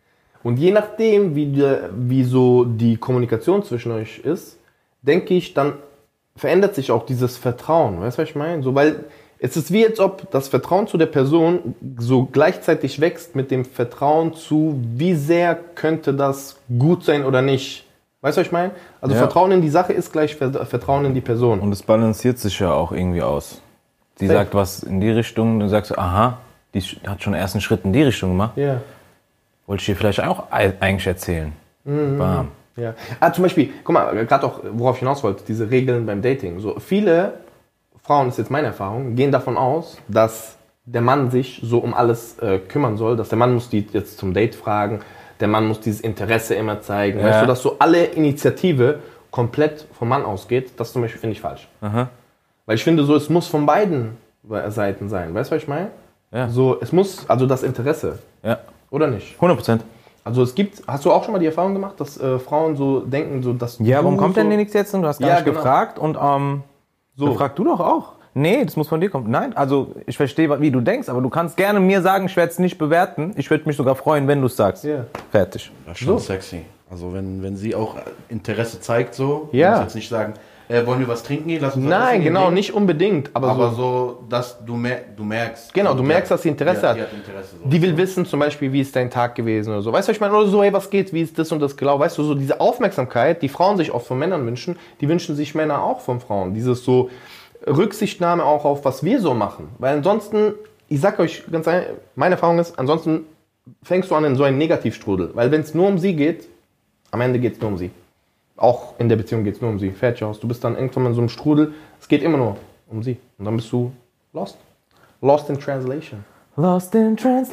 Und je nachdem, wie, die, wie so die Kommunikation zwischen euch ist, denke ich, dann verändert sich auch dieses Vertrauen. Weißt du, was ich meine? So, weil es ist wie, als ob das Vertrauen zu der Person so gleichzeitig wächst mit dem Vertrauen zu, wie sehr könnte das gut sein oder nicht. Weißt du, was ich meine? Also Ja. Vertrauen in die Sache ist gleich Vertrauen in die Person. Und es balanciert sich ja auch irgendwie aus. Die Safe. sagt was in die Richtung, du sagst, aha, die hat schon erst einen Schritt in die Richtung gemacht. Ja. Wollte ich dir vielleicht auch ei- eigentlich erzählen. Bam. Ja. Ah, zum Beispiel, guck mal, gerade auch, worauf ich hinaus wollte, diese Regeln beim Dating. So viele Frauen, ist jetzt meine Erfahrung, gehen davon aus, dass der Mann sich so um alles äh, kümmern soll, dass der Mann muss die jetzt zum Date fragen, der Mann muss dieses Interesse immer zeigen, Ja. weißt du, dass so alle Initiative komplett vom Mann ausgeht, das zum Beispiel finde ich falsch. Aha. Weil ich finde so, es muss von beiden Seiten sein, weißt du, was ich meine? Ja. So, es muss, also das Interesse, Ja, oder nicht? hundert Prozent. Also es gibt, hast du auch schon mal die Erfahrung gemacht, dass äh, Frauen so denken, so dass Ja, warum du kommt so, denn nichts jetzt? Und du hast gar Ja, nicht genau. gefragt. Und ähm, So. so. frag du doch auch. Nee, das muss von dir kommen. Nein, also ich verstehe, wie du denkst, aber du kannst gerne mir sagen, ich werde es nicht bewerten. Ich würde mich sogar freuen, wenn du es sagst. Ja. Fertig. Das ist schon sexy. Also wenn, wenn sie auch Interesse zeigt so, Ja. muss jetzt nicht sagen, äh, wollen wir was trinken gehen? Lass uns was Nein, essen gehen, genau, gehen. nicht unbedingt, aber, Aber so, so, dass du, mer du merkst. Genau, du die merkst, dass sie Interesse die hat. Die, hat Interesse, so. die will wissen zum Beispiel, wie ist dein Tag gewesen oder so. Weißt du, was ich meine? Oder so, hey, was geht, wie ist das und das genau. Weißt du, so diese Aufmerksamkeit, die Frauen sich oft von Männern wünschen, die wünschen sich Männer auch von Frauen. Dieses so Rücksichtnahme auch auf, was wir so machen. Weil ansonsten, ich sag euch ganz ehrlich, meine Erfahrung ist, ansonsten fängst du an in so einen Negativstrudel. Weil wenn es nur um sie geht, am Ende geht es nur um sie. Auch in der Beziehung geht es nur um sie. Fertig aus. Du bist dann irgendwann in so einem Strudel. Es geht immer nur um sie. Und dann bist du lost. Lost in translation. Lost in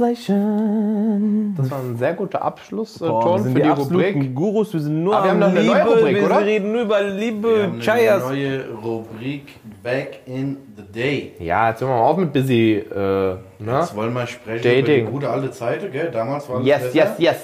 Translation. Das war ein sehr guter Abschluss, äh, Boah, wir Ton, sind für die, absoluten Rubrik. Gurus, wir sind nur Aber wir am haben noch eine Liebe, neue Rubrik, wir oder? reden nur über Wir Liebe, haben eine Chayas. neue Rubrik Back in the Day. Ja, jetzt hören wir mal auf mit busy. Äh, ne? Jetzt wollen wir sprechen Dating. über die gute alte Zeit, gell? Damals war alles Yes, besser. yes, yes.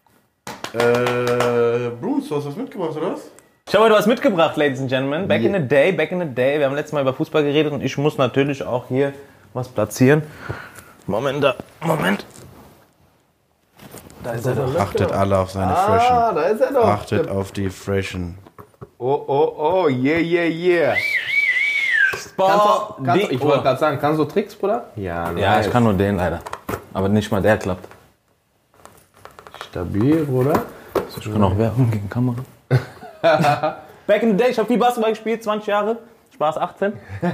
Äh, Bruce, du hast was mitgebracht, oder was? Ich habe heute was mitgebracht, Ladies and Gentlemen. Back in the day, back in the day. Wir haben letztes Mal über Fußball geredet und ich muss natürlich auch hier was platzieren. Moment, da, Moment. Da ist er doch. Achtet alle auf seine Ah, Freshen. da ist er doch. Achtet auf die Freshen. Oh, oh, oh, yeah, yeah, yeah. Kannst du, kannst, du- ich wollte gerade sagen, kannst du Tricks, Bruder? Ja, nice. Ja, ich kann nur den leider. Aber nicht mal der klappt. Stabil, Bruder. Ich kann auch Werbung gegen Kamera. Back in the day, ich habe viel Basketball gespielt, zwanzig Jahre. Spaß achtzehn.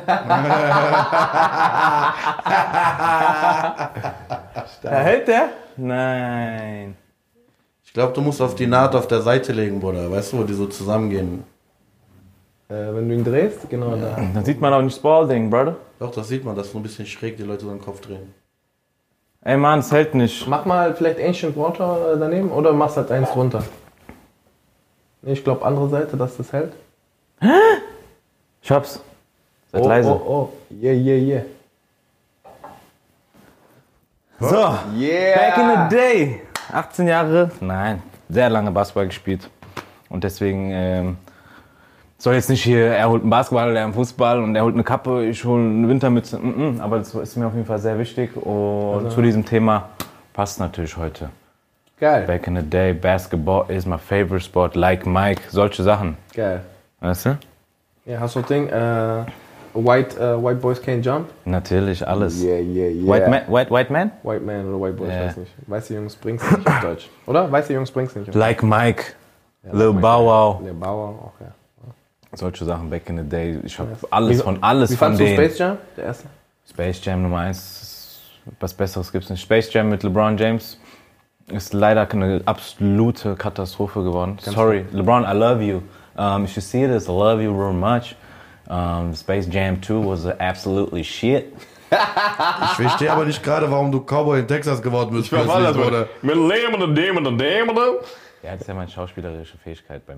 Hält der? Nein. Ich glaube, du musst auf die Naht auf der Seite legen, Bruder. Weißt du, wo die so zusammengehen? Äh, wenn du ihn drehst, genau da. Dann sieht man auch nicht Spalding, Brother. Doch, das sieht man, dass so ein bisschen schräg die Leute so den Kopf drehen. Ey Mann, es hält nicht. Mach mal vielleicht Ancient Water äh, daneben oder machst halt eins runter. Nee, ich glaube andere Seite, dass das hält. Ich hab's. Seid Oh, leise. oh, oh. Yeah, yeah, yeah. So, Yeah. back in the day. achtzehn Jahre, nein, sehr lange Basketball gespielt. Und deswegen ähm, soll jetzt nicht hier, er holt einen Basketball, er einen Fußball und er holt eine Kappe, ich hole eine Wintermütze. Mm-mm, aber das ist mir auf jeden Fall sehr wichtig. Und zu diesem Thema passt natürlich heute. Geil. Back in the day, basketball is my favorite sport, like Mike, solche Sachen. Geil. Weißt du? Ja, hast du ein Ding? Äh, white, äh, white Boys Can't Jump? Natürlich, alles. Yeah, yeah, yeah. White, man, white, white Man? White Man oder White Boy, ich Ja. weiß nicht. Weiße Jungs bringt's nicht auf Deutsch. Oder? Weiße Jungs bringt's nicht auf Like Mike, Ja, Lil Mike, Bow Wow. Lil Bow Wow, auch ja. Solche Sachen, back in the day. Ich habe Wie- alles von alles Wie von fandst du denen. Space Jam? Der erste? Space Jam Nummer eins, was Besseres gibt's nicht. Space Jam mit LeBron James ist leider eine absolute Katastrophe geworden. Sorry, LeBron, I love you. Um, if you see this, I love you very much. Um, Space Jam two was absolutely shit. Ich verstehe aber nicht gerade, warum du Cowboy in Texas geworden bist. plötzlich, Bruder. Mit Leben und dem und dem und dem. Ja, das ist ja meine schauspielerische Fähigkeit bei mir.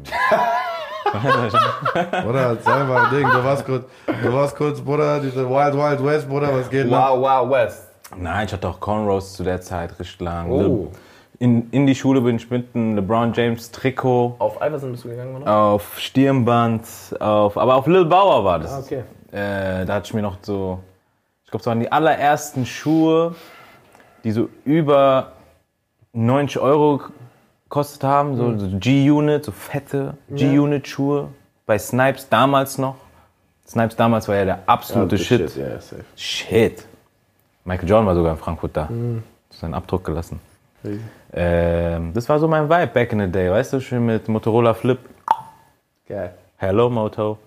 Bruder, sag mal, Ding, du warst kurz, du warst kurz, Bruder, diese Wild Wild West, Bruder, was geht noch? Wow, wow, West. Nein, ich hatte auch Cornrows zu der Zeit richtig lang. Oh. In, in die Schule bin ich mit einem LeBron James Trikot. Auf Iverson bist du gegangen, oder? Auf Stirnband, auf, aber auf Lil Bauer war das. Ah, okay. Äh, da hatte ich mir noch so, ich glaube, es waren die allerersten Schuhe, die so über neunzig Euro gekostet haben, so, so G-Unit, so fette G-Unit-Schuhe. Bei Snipes damals noch. Snipes damals war ja der absolute Ja, Shit. Shit, ja, safe. Shit. Michael Jordan war sogar in Frankfurt da. Mhm. Hat seinen Abdruck gelassen. Crazy. Ähm, das war so mein Vibe back in the day, weißt du, schön mit Motorola Flip. Geil. Hello Moto.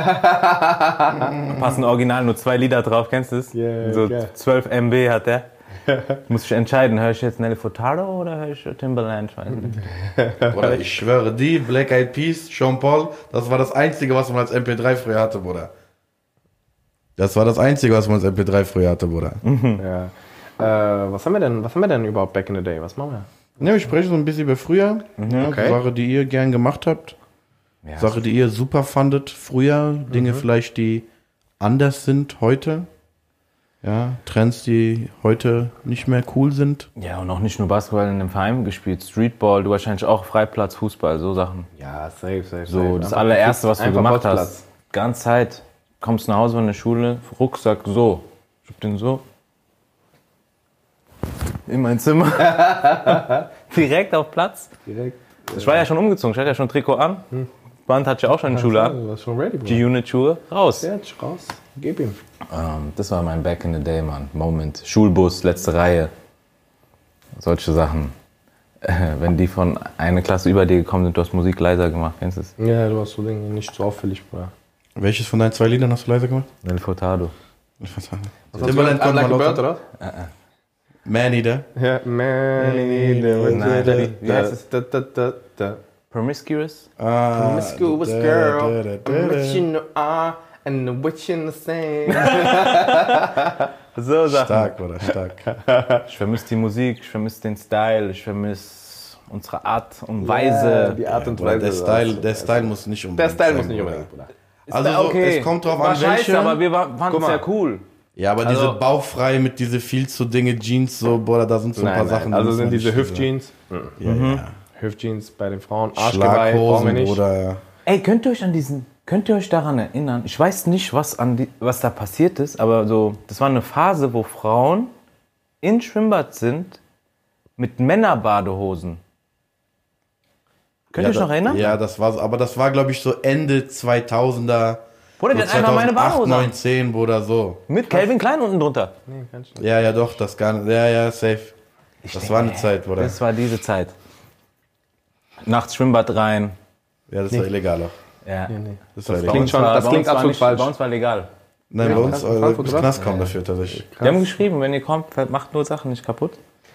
Passen original nur zwei Lieder drauf, kennst du es? Yeah, so geil. zwölf Megabyte hat der. Muss ich entscheiden, höre ich jetzt Nelly Furtado oder höre ich Timbaland? Bruder, ich schwöre, die Black Eyed Peas, Sean Paul, das war das Einzige, was man als M P drei früher hatte, Bruder. Das war das Einzige, was man als M P drei früher hatte, Bruder. Ja. Äh, was haben wir denn, was haben wir denn überhaupt back in the day? Was machen wir? Ne, wir sprechen so ein bisschen über früher. Ja, Okay. Sache, die ihr gern gemacht habt. Ja, Sache, die ihr super fandet früher. Dinge vielleicht, die anders sind heute. Ja, Trends, die heute nicht mehr cool sind. ja, und auch nicht nur Basketball in einem Verein gespielt, Streetball, du wahrscheinlich auch Freiplatz, Fußball, so Sachen. Ja, safe, safe, So, safe. das Einfach allererste, was du einfach gemacht Bolzplatz. hast. Ganze Zeit, kommst nach Hause von der Schule, Rucksack so. Ich hab den so. In mein Zimmer. Direkt auf Platz. Direkt. Ich war ja schon umgezogen, ich hatte ja schon ein Trikot an. Band hatte ich auch schon in die Schule an. Du warst schon ready, Bro. G-Unit-Schuhe, raus. Jetzt raus. Gib ihm. Ähm, das war mein Back in the Day, Mann. Moment. Schulbus, letzte Reihe. Solche Sachen. Äh, wenn die von einer Klasse über dir gekommen sind, du hast Musik leiser gemacht, kennst du es? Ja, du hast so Dinge nicht so auffällig, Bruder. Welches von deinen zwei Liedern hast du leiser gemacht? Nel Furtado. Timbaland kommt mal Bird, lauter. oder? Man Eater. Ja, man, Nein, wie heißt es? da, da, da, da. Promiscuous? Ah, Promiscuous da, girl, da, da, da, I'm da. rich in the eye and the witch in the sand. So Sachen. Stark, Bruder, stark. Ich vermisse die Musik, ich vermisse den Style, ich vermisse unsere Art und Weise. Die Art und Bruder, Weise. der Style, der Style muss nicht Der unbedingt Style sein, muss nicht Bruder. unbedingt, Bruder. Also so, es kommt drauf War an, scheiße, welche. aber wir fanden es mal. ja cool. Ja, aber Also- diese bauchfrei mit diese viel zu Dinge Jeans, so, Bruder, da sind so ein Nein, paar nein. Sachen. die Also muss sind man diese nicht Hüftjeans. Ja, ja. Hüftjeans bei den Frauen. Arschgeweih brauchen wir Schlaghosen, nicht. Bruder, ja. Ey, könnt ihr euch an diesen, könnt ihr euch daran erinnern? Ich weiß nicht, was, an die, was da passiert ist, aber so, das war eine Phase, wo Frauen in Schwimmbad sind mit Männerbadehosen. Könnt ihr Ja, euch noch da- erinnern? Ja, das war so, aber das war, glaube ich, so Ende zweitausender. Bruder, der so hat einfach meine zweitausendacht, Badehose an. neun, zehn, Bruder, so. Mit Calvin Klein unten drunter. Nee, kann ich nicht. Ja, ja, doch, das gar nicht. Ja, ja, safe. Das denke, war eine Zeit, Bruder. Das war diese Zeit. Nachts Schwimmbad rein. Ja, das war illegal auch. Ja. Das war klingt illegal. schon- War- das bei klingt uns war absolut nicht, falsch. Bei uns war legal. Nein, Ja, bei uns, Frankfurt, äh, Frankfurt, bis was? Knast kommen dafür tatsächlich. Die haben geschrieben, wenn ihr kommt, macht nur Sachen nicht kaputt.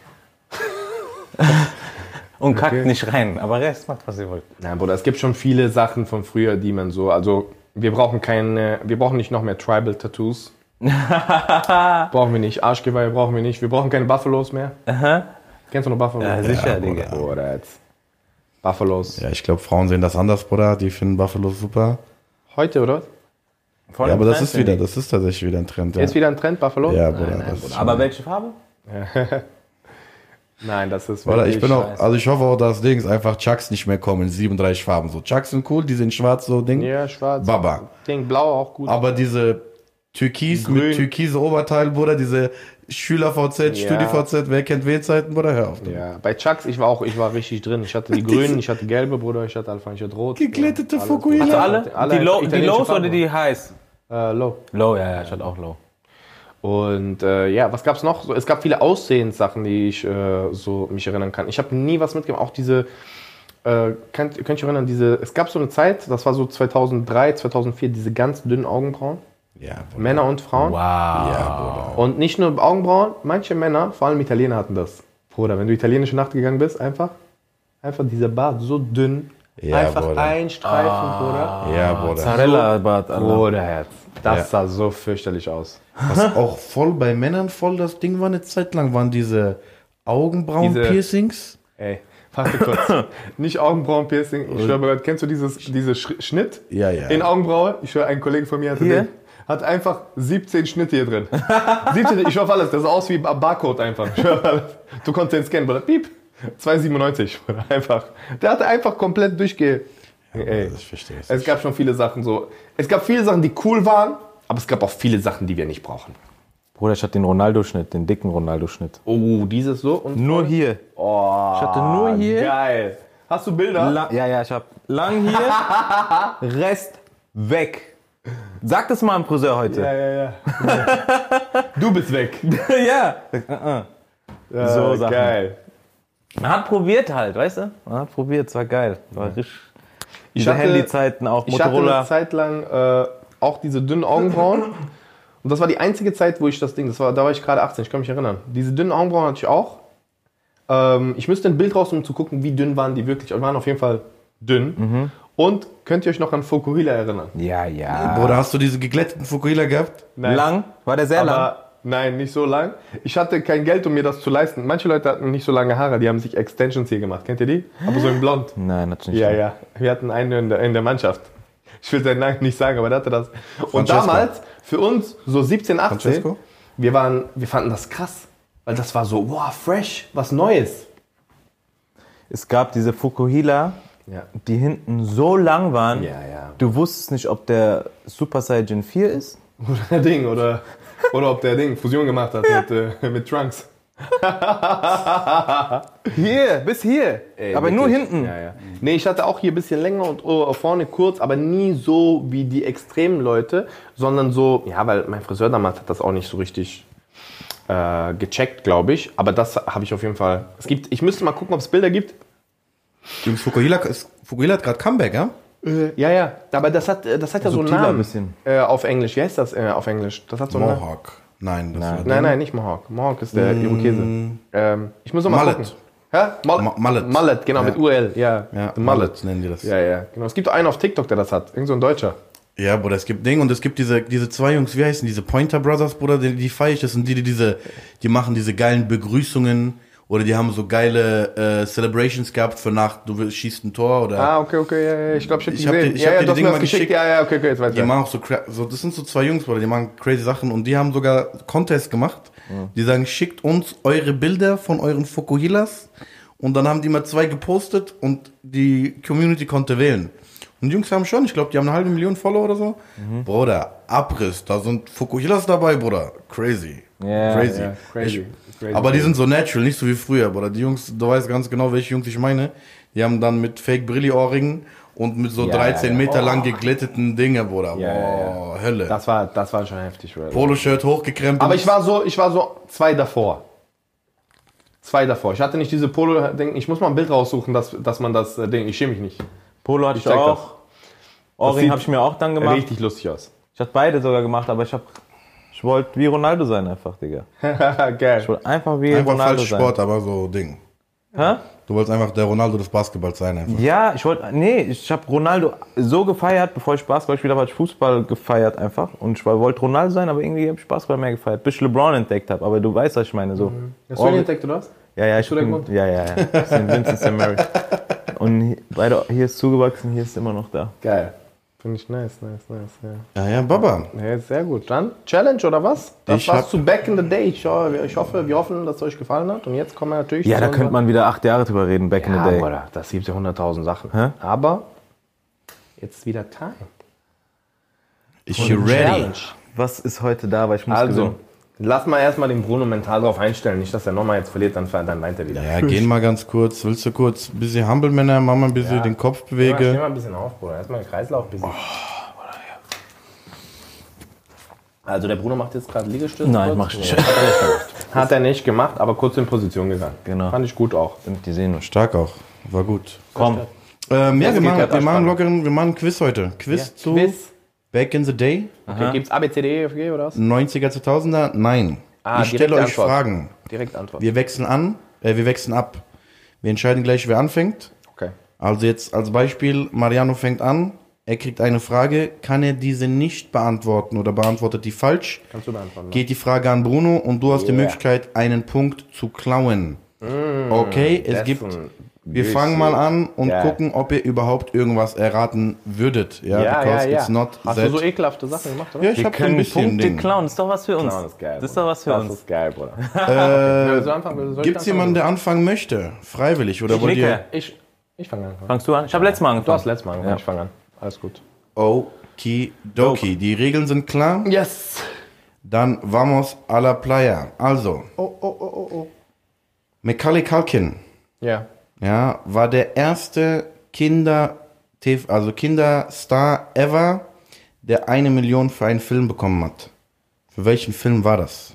Und kackt Okay. nicht rein. Aber Rest macht, was ihr wollt. Nein, Bruder, es gibt schon viele Sachen von früher, die man so, also wir brauchen keine, wir brauchen nicht noch mehr Tribal-Tattoos. Brauchen wir nicht. Arschgeweih brauchen wir nicht. Wir brauchen keine Buffalos mehr. Kennst du noch Buffalos? Ja, sicher, Digga. Bruder, jetzt. Buffalos. Ja, ich glaube, Frauen sehen das anders, Bruder. Die finden Buffalo super. Heute, oder? Voll Ja, im aber das Trend, ist wieder, finde das ist tatsächlich wieder ein Trend. Ja, Jetzt wieder ein Trend, Buffalo? ja Bruder. Nein, nein, das Bruder. ist Aber welche Farbe? Nein, das ist Bruder, ich wirklich bin auch, scheiße. also ich hoffe auch, dass Dings einfach Chucks nicht mehr kommen in siebenunddreißig Farben. So Chucks sind cool, die sind schwarz, so Ding. Ja, schwarz. Baba. Ding, blau auch gut. Aber diese Türkis Grün. mit türkise Oberteil, Bruder, diese Schüler-V Z, Ja. Studi-V Z, wer kennt wen Zeiten, Bruder, hör auf. Ja, bei Chucks, ich war auch, ich war richtig drin. Ich hatte die grünen, ich hatte gelbe, Bruder, ich hatte Alpha, ich hatte rot. Geglättete Ja, alles. Fukuhila. Hast du Ja, alle? die Low, die italienische Lows Farben. oder die Highs? Äh, low. Low, ja, ja, ich hatte auch Low. Und äh, ja, was gab's noch? So, es gab viele Aussehenssachen, die ich äh, so mich erinnern kann. Ich habe nie was mitgemacht. Auch diese, äh, könnt, könnt ihr euch erinnern, diese, es gab so eine Zeit, das war so zweitausenddrei, zweitausendvier, diese ganz dünnen Augenbrauen. Ja, Bruder. Männer und Frauen. Wow. Ja, Bruder. Und nicht nur Augenbrauen, manche Männer, vor allem Italiener hatten das. Bruder, wenn du italienische Nacht gegangen bist, einfach, einfach dieser Bart so dünn, Ja, einfach Bruder. ein Streifen, Bruder. Ja, Bruder. Mozzarella-Bart, Alter. Bruderherz. Das Ja. sah so fürchterlich aus. Was auch voll bei Männern voll das Ding war eine Zeit lang, waren diese Augenbrauen-Piercings. Ey, warte kurz. Nicht Augenbrauenpiercing. Ich schwöre bei Gott, kennst du dieses, diese Sch- Schnitt? Ja, ja. In Augenbraue. Ich schwöre, ein Kollege von mir hatte Hier? den. Hat einfach siebzehn Schnitte hier drin. siebzehn, ich schwöre auf alles. Das sah aus wie ein Barcode einfach. Ich schwöre auf alles. Du konntest den scannen, Bruder. Piep. zwei siebenundneunzig. Bruder. Einfach. Der hatte einfach komplett durchge... Ey. Ich verstehe es. Es gab schon viele Sachen so. Es gab viele Sachen, die cool waren, aber es gab auch viele Sachen, die wir nicht brauchen. Bruder, ich hatte den Ronaldo-Schnitt, den dicken Ronaldo-Schnitt. Oh, dieses so und Nur hier. Oh, Ich hatte nur hier. Geil. Hast du Bilder? La- ja, ja, ich hab lang hier, Rest weg. Sag das mal am Friseur heute. Ja, ja, ja. Du bist weg. ja. Uh-uh. Ja, So Sachen. geil. Man hat probiert halt, weißt du? Man hat probiert, es war geil. War richtig. Ich Diese hatte- Handyzeiten auch, Ich hatte eine Motorola. Zeit lang äh, auch diese dünnen Augenbrauen. Und das war die einzige Zeit, wo ich das Ding, das war, da war ich gerade achtzehn, ich kann mich erinnern. Diese dünnen Augenbrauen hatte ich auch. Ähm, ich müsste ein Bild raus, um zu gucken, wie dünn waren die wirklich. Die waren auf jeden Fall dünn. Mhm. Und könnt ihr euch noch an Fukuhila erinnern? Ja, ja. Bruder, hast du diese geglätteten Fukuhila gehabt? Nein. Lang? War der sehr lang? Aber nein, nicht so lang. Ich hatte kein Geld, um mir das zu leisten. Manche Leute hatten nicht so lange Haare, die haben sich Extensions hier gemacht. Kennt ihr die? Aber so in blond. Nein, natürlich Ja, nicht. ja. Wir hatten einen in der, in der Mannschaft. Ich will seinen Namen nicht sagen, aber der hatte das. Und Francesco. damals, für uns, so siebzehn, achtzehn, Francesco? wir, waren, wir fanden das krass. Weil das war so, wow, fresh, was Neues. Es gab diese Fukuhila, Ja. die hinten so lang waren, Ja, ja. du wusstest nicht, ob der Super Saiyan vier ist. Oder Ding, oder, oder ob der Ding Fusion gemacht hat mit, äh, mit Trunks. Hier, bis hier. Ey, aber wirklich. nur hinten. Ja, ja. Nee, ich hatte auch hier ein bisschen länger und oh, vorne kurz, aber nie so wie die extremen Leute, sondern so, ja, weil mein Friseur damals hat das auch nicht so richtig äh, gecheckt, glaube ich. Aber das habe ich auf jeden Fall. Es gibt, ich müsste mal gucken, ob es Bilder gibt. Jungs, Fukuhila, ist- Fukuhila hat gerade Comeback, ja? Äh, ja, ja, aber das hat, das hat ja so einen Subtiler ein Namen. bisschen. Äh, auf Englisch. Wie heißt das äh, auf Englisch? Das hat so einen Namen. Mohawk. Nein, das war Nein, nein, nicht Mohawk. Mohawk ist der Irokese. Ähm, ich muss noch mal Mullet. gucken. Hä? Mul- Ma- Mullet. Mullet, genau, Ja. mit U L. Ja, Ja, The Mullet. Mullet nennen die das. Ja, ja, genau. Es gibt auch einen auf TikTok, der das hat. Irgend so ein Deutscher. Ja, Bruder, es gibt Ding und es gibt diese, diese zwei Jungs, wie heißen diese Pointer Brothers, Bruder, die, die feier ich, das sind die, die diese, die machen diese geilen Begrüßungen oder die haben so geile äh, Celebrations gehabt für nach, du willst- schießt ein Tor oder Ah, okay, okay, ja, ja. Ich glaube, ich habe Ich hab gesehen. dir- ich ja, hab ja, dir du die hast Dinge mir mal das geschickt. geschickt. Ja, ja, okay, okay, jetzt weiß die ich. machen auch so, cra- so, das sind so zwei Jungs, Bruder, die machen crazy Sachen und die haben sogar Contest gemacht. Die sagen, schickt uns eure Bilder von euren Fukuhilas und dann haben die mal zwei gepostet und die Community konnte wählen. Und die Jungs haben schon, ich glaube, die haben eine halbe Million Follower oder so. Bruder, Abriss, da sind Fukuhilas dabei, Bruder. Crazy. Ja, crazy. ja, crazy. Ich, Crazy, aber die crazy. sind so natural, nicht so wie früher, Bruder. Die Jungs, du weißt ganz genau, welche Jungs ich meine. Die haben dann mit Fake-Brilli-Ohrringen und mit so Ja, dreizehn ja, ja. Meter lang geglätteten Dinge, Bruder. Ja, Boah, ja, Hölle. Das war, das war schon heftig, Bro. Poloshirt hochgekrempelt. Aber ich war so, ich war so zwei davor. Zwei davor. Ich hatte nicht diese Polo-Ding. Ich muss mal ein Bild raussuchen, dass, dass man das äh, Ding. Ich schäme mich nicht. Polo hatte ich check das. auch. Ohrring sieht habe ich mir auch dann gemacht. Richtig lustig aus. Ich hatte beide sogar gemacht, aber ich hab, ich wollte wie Ronaldo sein einfach, Digga. Geil. Ich wollte einfach wie einfach Ronaldo falsch sein. Sport, aber so Ding. Hä? Du wolltest einfach der Ronaldo des Basketballs sein einfach. Ja, ich wollte, nee, ich habe Ronaldo so gefeiert, bevor ich Basketball gespielt habe, habe ich Fußball gefeiert einfach. Und ich war- wollte Ronaldo sein, aber irgendwie habe ich Basketball mehr gefeiert, bis ich LeBron entdeckt habe. Aber du weißt, was ich meine, so. Hast du ihn entdeckt, oder was? Ja, ja, ich du der bin, Grund? ja, ja, ja. Das sind Vincent Saint Mary. Und hier, beide, hier ist zugewachsen, hier ist immer noch da. Geil. Finde ich nice, nice, nice. Ja. Ja, ja, Baba. Ja, sehr gut. Dann Challenge oder was? Das Ich war's hab- zu Back in the Day. Ich, ho- ich hoffe, wir hoffen, dass es euch gefallen hat. Und jetzt kommen wir natürlich Ja, zu da unserer- könnte man wieder acht Jahre drüber reden, back in Ja, the day. Bruder, das gibt ja hunderttausend Sachen. Hä? Aber jetzt ist wieder Time. Is she ready? Challenge. Was ist heute da, weil ich muss Also, gewinnen. lass mal erstmal den Bruno mental drauf einstellen. Nicht, dass er nochmal jetzt verliert, dann, dann weint er wieder. Ja, gehen mal ganz kurz. Willst du kurz ein bisschen Humble Männer, mach mal ein bisschen Ja. den Kopf Steh mal, steh bewege? mal ein bisschen auf, Bruder. Erstmal den Kreislauf ein bisschen. Also der Bruno macht jetzt gerade Liegestütze. Nein, kurz. mach ich nicht. Nee, Hat er nicht gemacht. Hat er nicht gemacht, aber kurz in Position gegangen. Genau. Fand ich gut auch. Damit die sehen uns. Stark auch. War gut. Komm. Ähm, ja, Das wir geht machen, grad wir, machen spannend. lockeren, wir machen ein Quiz heute. Quiz Ja, zu Quiz. Back in the Day. Okay, gibt's A, B, C, D, E, F, G oder was? neunziger, zweitausender? Nein. Ah, ich stelle direkte euch Antwort. Fragen. Direkt Antwort. Wir wechseln an, äh, wir wechseln ab. Wir entscheiden gleich, wer anfängt. Okay. Also jetzt als Beispiel, Mariano fängt an, er kriegt eine Frage, kann er diese nicht beantworten oder beantwortet die falsch, Kannst du beantworten. geht die Frage an Bruno und du hast die Yeah. Möglichkeit, einen Punkt zu klauen. Okay, es das gibt, ein wir Juicy. fangen mal an und Ja. gucken, ob ihr überhaupt irgendwas erraten würdet. Ja, Ja, ja, because ja. it's not Hast that. du so ekelhafte Sachen gemacht, oder? Ja, ich Wir hab so ein können bisschen Punkte Ding. klauen, das ist doch was für uns. Das ist geil. Das ist doch was für das uns. ist geil, Bruder. Äh, Willst du anfangen? Soll ich Gibt's anfangen? jemanden, der anfangen möchte? Freiwillig oder wollt nicke. ihr? Ich, ich fange an. Fangst du an? Ich habe letztes Mal Du angefangen. hast letztes Mal angefangen. Ja. Ich fange an. Alles gut. Okidoki. Die Regeln sind klar. Yes. Dann vamos a la playa. Also, Oh, oh, oh, oh, oh. Macaulay Culkin, Ja. ja, war der erste Kinder, also Kinderstar ever, der eine Million für einen Film bekommen hat. Für welchen Film war das?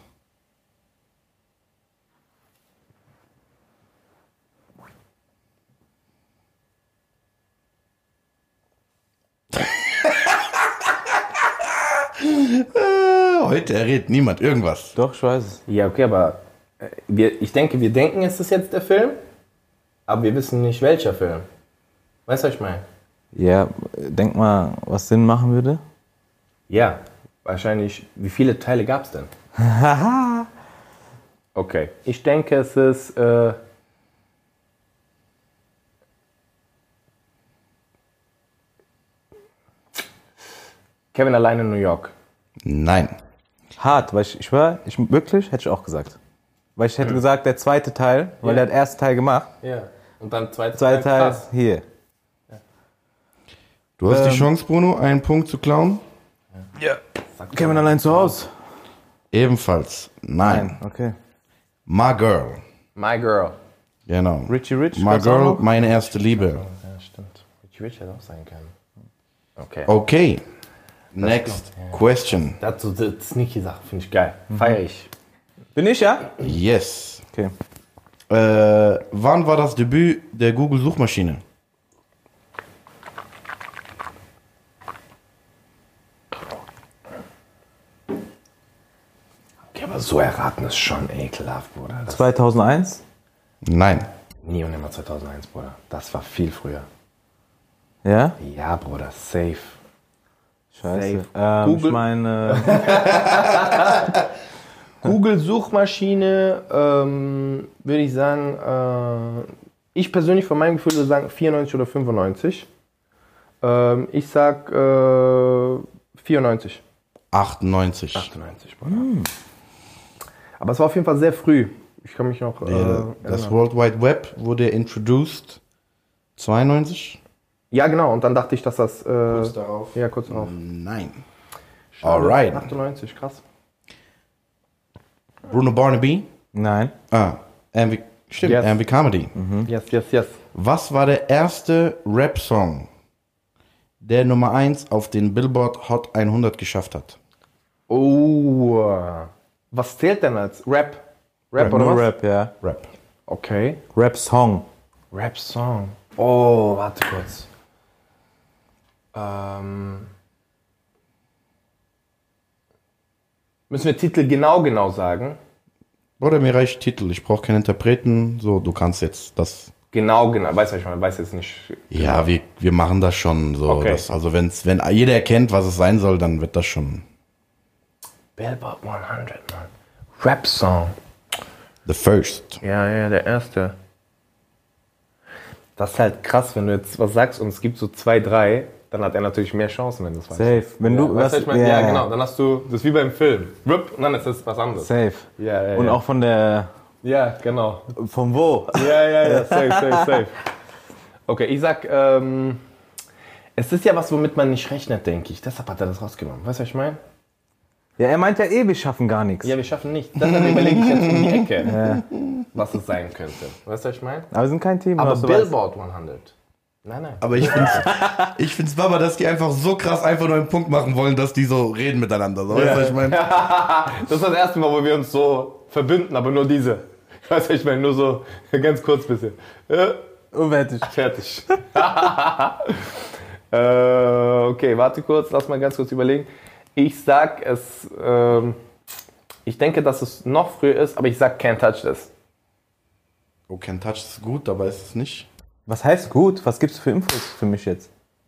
Heute errät niemand irgendwas. Doch, ich weiß es. Ja, okay, aber äh, wir, ich denke, wir denken, es ist jetzt der Film, aber wir wissen nicht, welcher Film. Weißt du, was ich meine? Ja, denk mal, was Sinn machen würde. Ja, wahrscheinlich. Wie viele Teile gab es denn? Haha. Okay, ich denke, es ist äh, Kevin allein in New York. Nein. Hart, weil ich, ich war, ich wirklich, hätte ich auch gesagt. Weil ich hätte gesagt, der zweite Teil, weil Ja. der hat ersten Teil gemacht. Ja. Und dann zweiter Zweiter Teil krass. hier. Du hast Ähm. die Chance, Bruno, einen Punkt zu klauen? Sag Kevin mal. allein zu Hause? Ebenfalls. Nein. Okay. My Girl. My Girl. Genau. Richie Rich? My gab's auch Girl, noch? meine erste Liebe. Ja, stimmt. Richie Rich hätte auch sein können. Okay. Okay. Next question. Das ist so eine sneaky Sache, finde ich geil. Feier ich. Bin ich, ja? Yes. Okay. Äh, wann war das Debüt der Google-Suchmaschine? Okay, aber so erraten ist schon ekelhaft, Bruder. Das zweitausendeins? Nein. nie und nimmer zweitausendeins, Bruder. Das war viel früher. Ja? Ja, Bruder, safe. Scheiße. Safe. Ähm, Google. Ich meine, Google-Suchmaschine, ähm, würde ich sagen, äh, ich persönlich von meinem Gefühl würde sagen vierundneunzig oder fünfundneunzig. Ähm, ich sag äh, vierundneunzig. achtundneunzig. achtundneunzig, Bruder. Aber es war auf jeden Fall sehr früh. Ich kann mich noch äh, Der, das erinnern. World Wide Web wurde introduced zweiundneunzig. Ja, genau. Und dann dachte ich, dass das... Äh, Kurz darauf. Ja, kurz darauf. Nein. Schade. Alright. achtundneunzig, krass. Bruno Barnaby. nein. Ah, M V, stimmt, Yes. M V Comedy. Yes, yes, yes. Was war der erste Rap-Song, der Nummer eins auf den Billboard Hot hundert geschafft hat? Oh, was zählt denn als Rap? Rap, oder Nur was? Rap, ja. Rap. Okay. Rap-Song. Rap-Song. Oh, warte kurz. Ähm. Müssen wir Titel genau, genau sagen? Oder mir reicht Titel, ich brauche keinen Interpreten. So, du kannst jetzt das. Genau, genau. Weiß ich mal, weiß jetzt nicht. Ja, wir, wir machen das schon so. Okay. Das, also wenn's, wenn jeder erkennt, was es sein soll, dann wird das schon Billboard hundert, Mann. Rap-Song. the first. Ja, ja, der erste. Das ist halt krass, wenn du jetzt was sagst und es gibt so zwei, drei, dann hat er natürlich mehr Chancen, wenn du es weißt. Safe. Wenn Ja, du weißt du, ich meine, ja, ja, genau. Dann hast du, das ist wie beim Film. Rip, und dann ist das was anderes. Safe. Ja, ja, Und ja. auch von der, Ja, genau. von wo? Ja, ja, ja, safe, safe, safe. Okay, ich sag, ähm, es ist ja was, womit man nicht rechnet, denke ich. Deshalb hat er das rausgenommen. Weißt du, was ich meine? Ja, er meint ja eh, wir schaffen gar nichts. Ja, wir schaffen nicht. Deshalb überlege ich jetzt um die Ecke, was es sein könnte. Weißt du, was ich meine? Aber wir sind kein Team. Aber was du weißt. Billboard hundert. Nein, nein. Aber ich finde ich find's Baba, dass die einfach so krass einfach nur einen Punkt machen wollen, dass die so reden miteinander. So, weißt du, was ich meine? Das ist das erste Mal, wo wir uns so verbünden, aber nur diese. Weißt du, ich meine, nur so ganz kurz bisschen. Ja, Unwertig. fertig. äh, okay, warte kurz, lass mal ganz kurz überlegen. Ich sag es, ähm, ich denke, dass es noch früher ist, aber ich sag Can't Touch This. Oh, Can Touch ist gut, aber ist es nicht. Was heißt gut? Was gibst du für Infos für mich jetzt?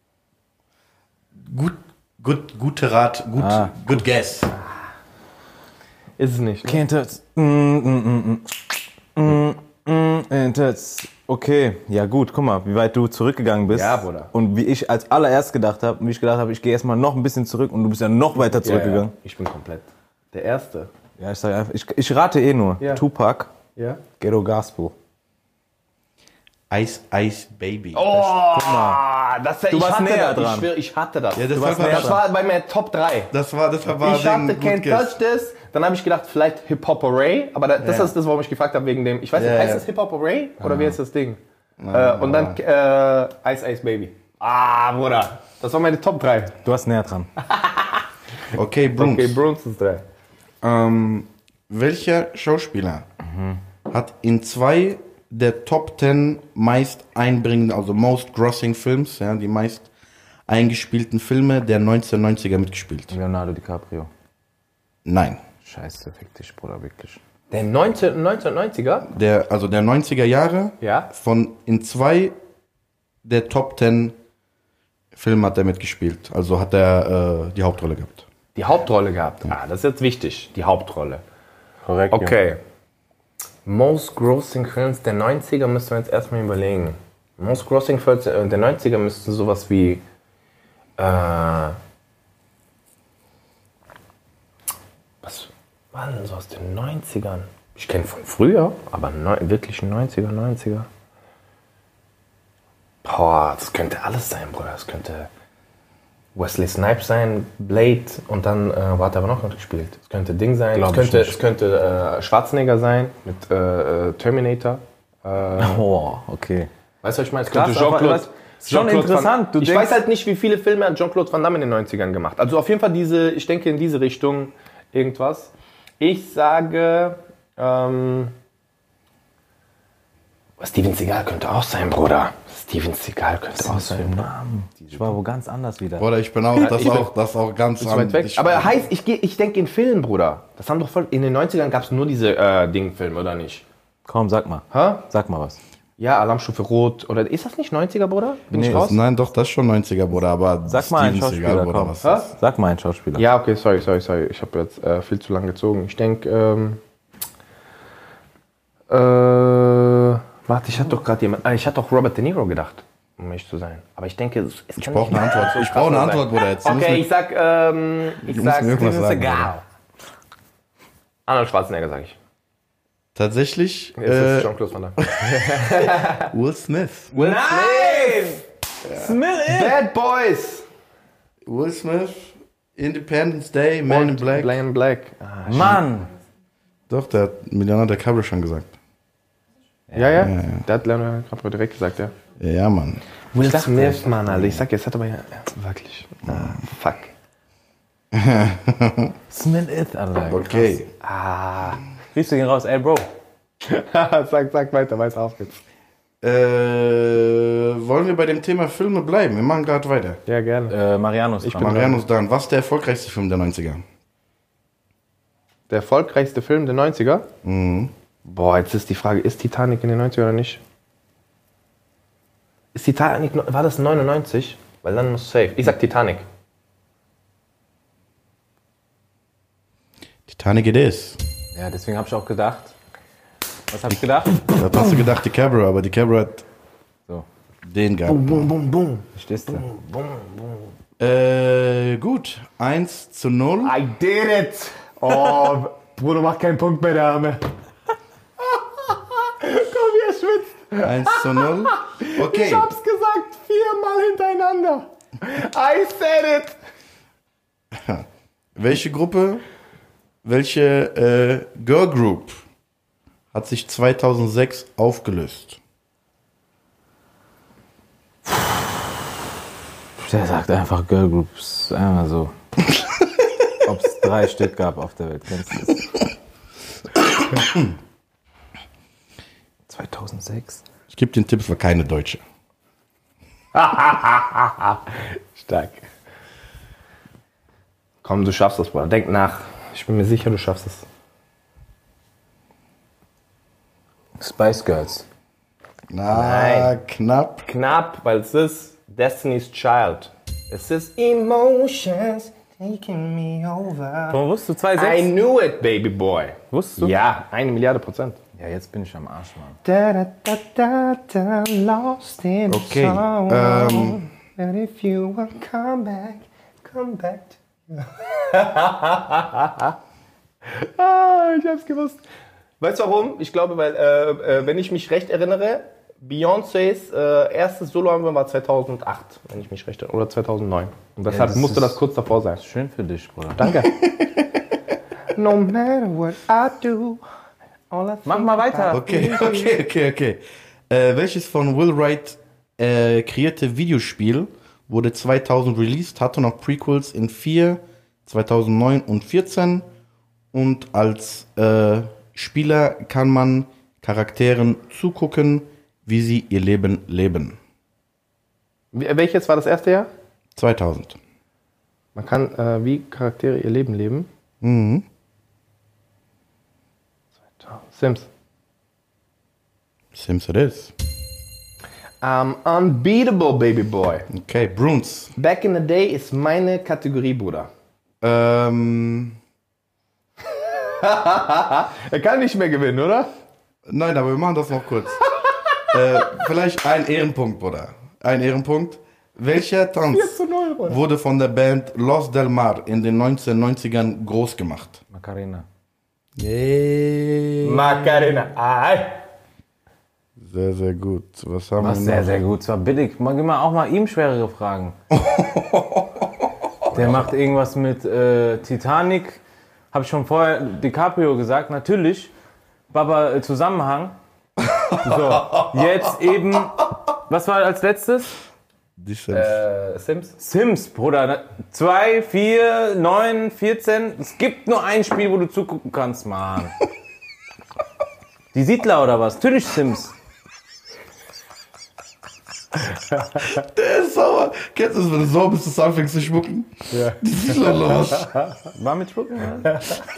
Gut, gut, gute Rat, gut, Ah, good guess. Ist es nicht. Ne? Can't touch. Mm, mm, mm, mm, mm, and touch. Okay, ja gut, guck mal, wie weit du zurückgegangen bist. Ja, Bruder. Und wie ich als allererst gedacht habe, und wie ich gedacht habe, ich gehe erstmal noch ein bisschen zurück und du bist ja noch weiter Ja, ja. zurückgegangen. Ich bin komplett. Der Erste. Ja, ich sag einfach, ich, ich rate eh nur. Ja. Tupac, Ja? Ghetto Gospel. Ice Ice Baby. Oh, das, Du ich warst hatte näher das, dran. Ich schwöre, ich hatte das. Ja, das warst war, näher das war bei mir Top drei. das war, das war, war Ich hatte Ding, Can't gut guess. Touch This, dann habe ich gedacht, vielleicht Hip Hop Array, aber da, das Ja. ist das, warum ich gefragt habe, wegen dem, ich weiß nicht, Ja, heißt ja. das Hip Hop Array oder wie heißt das Ding? Äh, und dann äh, Ice Ice Baby. Ah, Bruder, das war meine Top drei. Du warst näher dran. Okay, Bruns. Okay, Bruns ist drei. Ähm, welcher Schauspieler hat in zwei der Top zehn meist einbringenden, also most grossing Films, ja, die meist eingespielten Filme der neunzehnhundertneunziger mitgespielt? Leonardo DiCaprio. Nein. Scheiße, fick dich, Bruder, wirklich. Der neunzehnhundertneunziger? Der, also der neunziger Jahre, Ja. von in zwei der Top zehn Filme hat er mitgespielt. Also hat er äh, die Hauptrolle gehabt. Die Hauptrolle gehabt. Ah, das ist jetzt wichtig, die Hauptrolle. Korrekt. Okay. Most Grossing Films der neunziger müssen wir jetzt erstmal überlegen. Most Grossing Films der neunziger müssten sowas wie äh, was war denn so aus den neunzigern? Ich kenne von früher, aber neu, wirklich neunziger, neunziger. Boah, das könnte alles sein, Bruder. Das könnte Wesley Snipes sein, Blade und dann, äh, wo hat er aber noch gespielt? Es könnte Ding sein, es Glaub ich könnte, nicht. es könnte äh, Schwarzenegger sein mit äh, äh, Terminator. Äh, Oh, okay. weißt du, was ich meine? Es Krass, könnte aber Jean-Claude. was- ist schon Jean-Claude interessant, Van, du ich denkst- weiß halt nicht, wie viele Filme hat Jean-Claude Van Damme in den neunzigern gemacht. Also auf jeden Fall diese, ich denke in diese Richtung irgendwas. Ich sage, ähm, Steven Seagal könnte auch sein, Bruder. Steven Seagal könnte auch sein. Namen. Ich war wo ganz anders wieder. Oder ich bin auch, das ich bin- auch, das auch ganz Ist weit weg. ich- Aber heißt, ich, geh- ich denke in Filmen, Bruder. Das haben doch voll, in den neunzigern gab es nur diese äh, Ding-Filme, oder nicht? Komm, sag mal. Hä? Sag mal was. Ja, Alarmstufe Rot. Oder ist das nicht neunziger, Bruder? Bin Nee, ich raus? Nein, doch, das ist schon neunziger, Bruder, aber Sag mal einen Steven Schauspieler, Seagal, Bruder, komm. was Hä? ist? Sag mal einen Schauspieler. Ja, okay, sorry, sorry, sorry. Ich habe jetzt äh, viel zu lange gezogen. Ich denke, ähm, äh, warte, ich hatte doch gerade jemand, ah, ich hatte doch Robert De Niro gedacht, um mich zu sein. Aber ich denke, es, es Ich kann brauche nicht eine Antwort. so Ich brauche eine krass Antwort, sein. Bruder. Jetzt müssen Okay, wir- ich sag, ähm, ich Du sag musst mir irgendwas Steven sagen, Seagal. Arnold Schwarzenegger, sag ich. Tatsächlich Es ist äh, Jean-Claude Van Damme. Will Smith. Will Smith! Smith! Bad Boys! Will Smith, Independence Day, Man in Black. Black in Black. Ah, Mann! Doch, der hat Millionär der Kabel schon gesagt. ja, ja, ja. der hat Leonardo DiCaprio direkt gesagt, ja. Ja, Mann. Will Smith, Mann, Alter. Ich sag jetzt, hat aber ja, ja wirklich. Ah, fuck. Smith, Alter. Okay. Ah. Riechst du ihn raus? Ey, Bro. sag, sag weiter, weiter auf jetzt. Äh, wollen wir bei dem Thema Filme bleiben? Wir machen gerade weiter. Ja, gerne. Äh, Marianus. Ich dran. bin- Marianus Dan, was ist der erfolgreichste Film der neunziger? Der erfolgreichste Film der neunziger? Mhm. Boah, jetzt ist die Frage, ist Titanic in den neunziger oder nicht? Ist Titanic, war das neunundneunzig? Weil dann muss safe. Ich sag Titanic. Titanic it is. Ja, deswegen habe ich auch gedacht. Was habe ich gedacht? Da hast du gedacht DiCaprio, aber DiCaprio hat So, den gehabt. Boom, boom, boom. verstehst du? Boom, boom. Äh, gut. eins zu null. I did it! Oh, Bruder, mach keinen Punkt mehr, der Arme. Komm, wie er schwitzt. eins zu null. Okay. Ich hab's gesagt, viermal hintereinander. I said it. Welche Gruppe, welche äh, Girl Group hat sich zweitausendsechs aufgelöst? Der sagt einfach Girl Groups. Einmal so. Ob es drei Stück gab auf der Welt. Kennst du das? zweitausendsechs? Ich gebe den Tipp, es war keine Deutsche. Stark. Komm, du schaffst das, Bruder. Denk nach. Ich bin mir sicher, du schaffst es. Spice Girls. Na, Nein. knapp. Knapp, weil es ist Destiny's Child. Es ist Emotions taking me over. Warum wusstest du zwei I sechs? knew it, baby boy. Wusstest du? Ja, eine Milliarde Prozent. Ja, jetzt bin ich am Arsch, Mann. Da, da, da, da, da, lost in Okay, song. ähm. And if you will come back, come back to ah, ich hab's gewusst. Weißt du warum? Ich glaube, weil, äh, äh, wenn ich mich recht erinnere, Beyoncés äh, erstes Soloalbum war zweitausendacht, wenn ich mich recht erinnere, oder zweitausendneun. Und deshalb das musste ist- das kurz davor sein. Schön für dich, Bruder. Danke. No matter what I do, all I Mach mal weiter. Okay, okay, okay, okay. Äh, welches von Will Wright äh, kreierte Videospiel wurde zweitausend released, hatte noch Prequels in vier, zweitausendneun und vierzehn und als äh, Spieler kann man Charakteren zugucken, wie sie ihr Leben leben. Wie- Welches war das erste Jahr? zweitausend. Man kann äh, wie Charaktere ihr Leben leben. Mhm. Sims. Sims it is. I'm unbeatable, baby boy. Okay, Bruns. Back in the day ist meine Kategorie, Bruder. Ähm, Er kann nicht mehr gewinnen, oder? nein, aber wir machen das noch kurz. äh, vielleicht ein Ehrenpunkt, Bruder. Ein Ehrenpunkt. Welcher Tanz zu null, Bruder. wurde von der Band Los Del Mar in den neunzehnhundertneunzigern groß gemacht? Macarena. Yeah. Macarena. Ai. Sehr, sehr gut. Was haben Was wir sehr, noch? sehr gut. Zwar billig. Mal, gib mal auch mal ihm schwerere Fragen. Der macht irgendwas mit äh, Titanic. Habe ich schon vorher DiCaprio gesagt. Natürlich. Baba äh, Zusammenhang. So, jetzt eben. Was war als letztes? Die Sims. Äh, Sims? Sims, Bruder. zwei, vier, neun, vierzehn. Es gibt nur ein Spiel, wo du zugucken kannst, Mann. Die Siedler oder was? Natürlich Sims. Der ist sauer. Kennst du das, wenn du sauer bist, dass du anfängst zu spucken? Ja. Das ist so los. War mit Spucken, oder?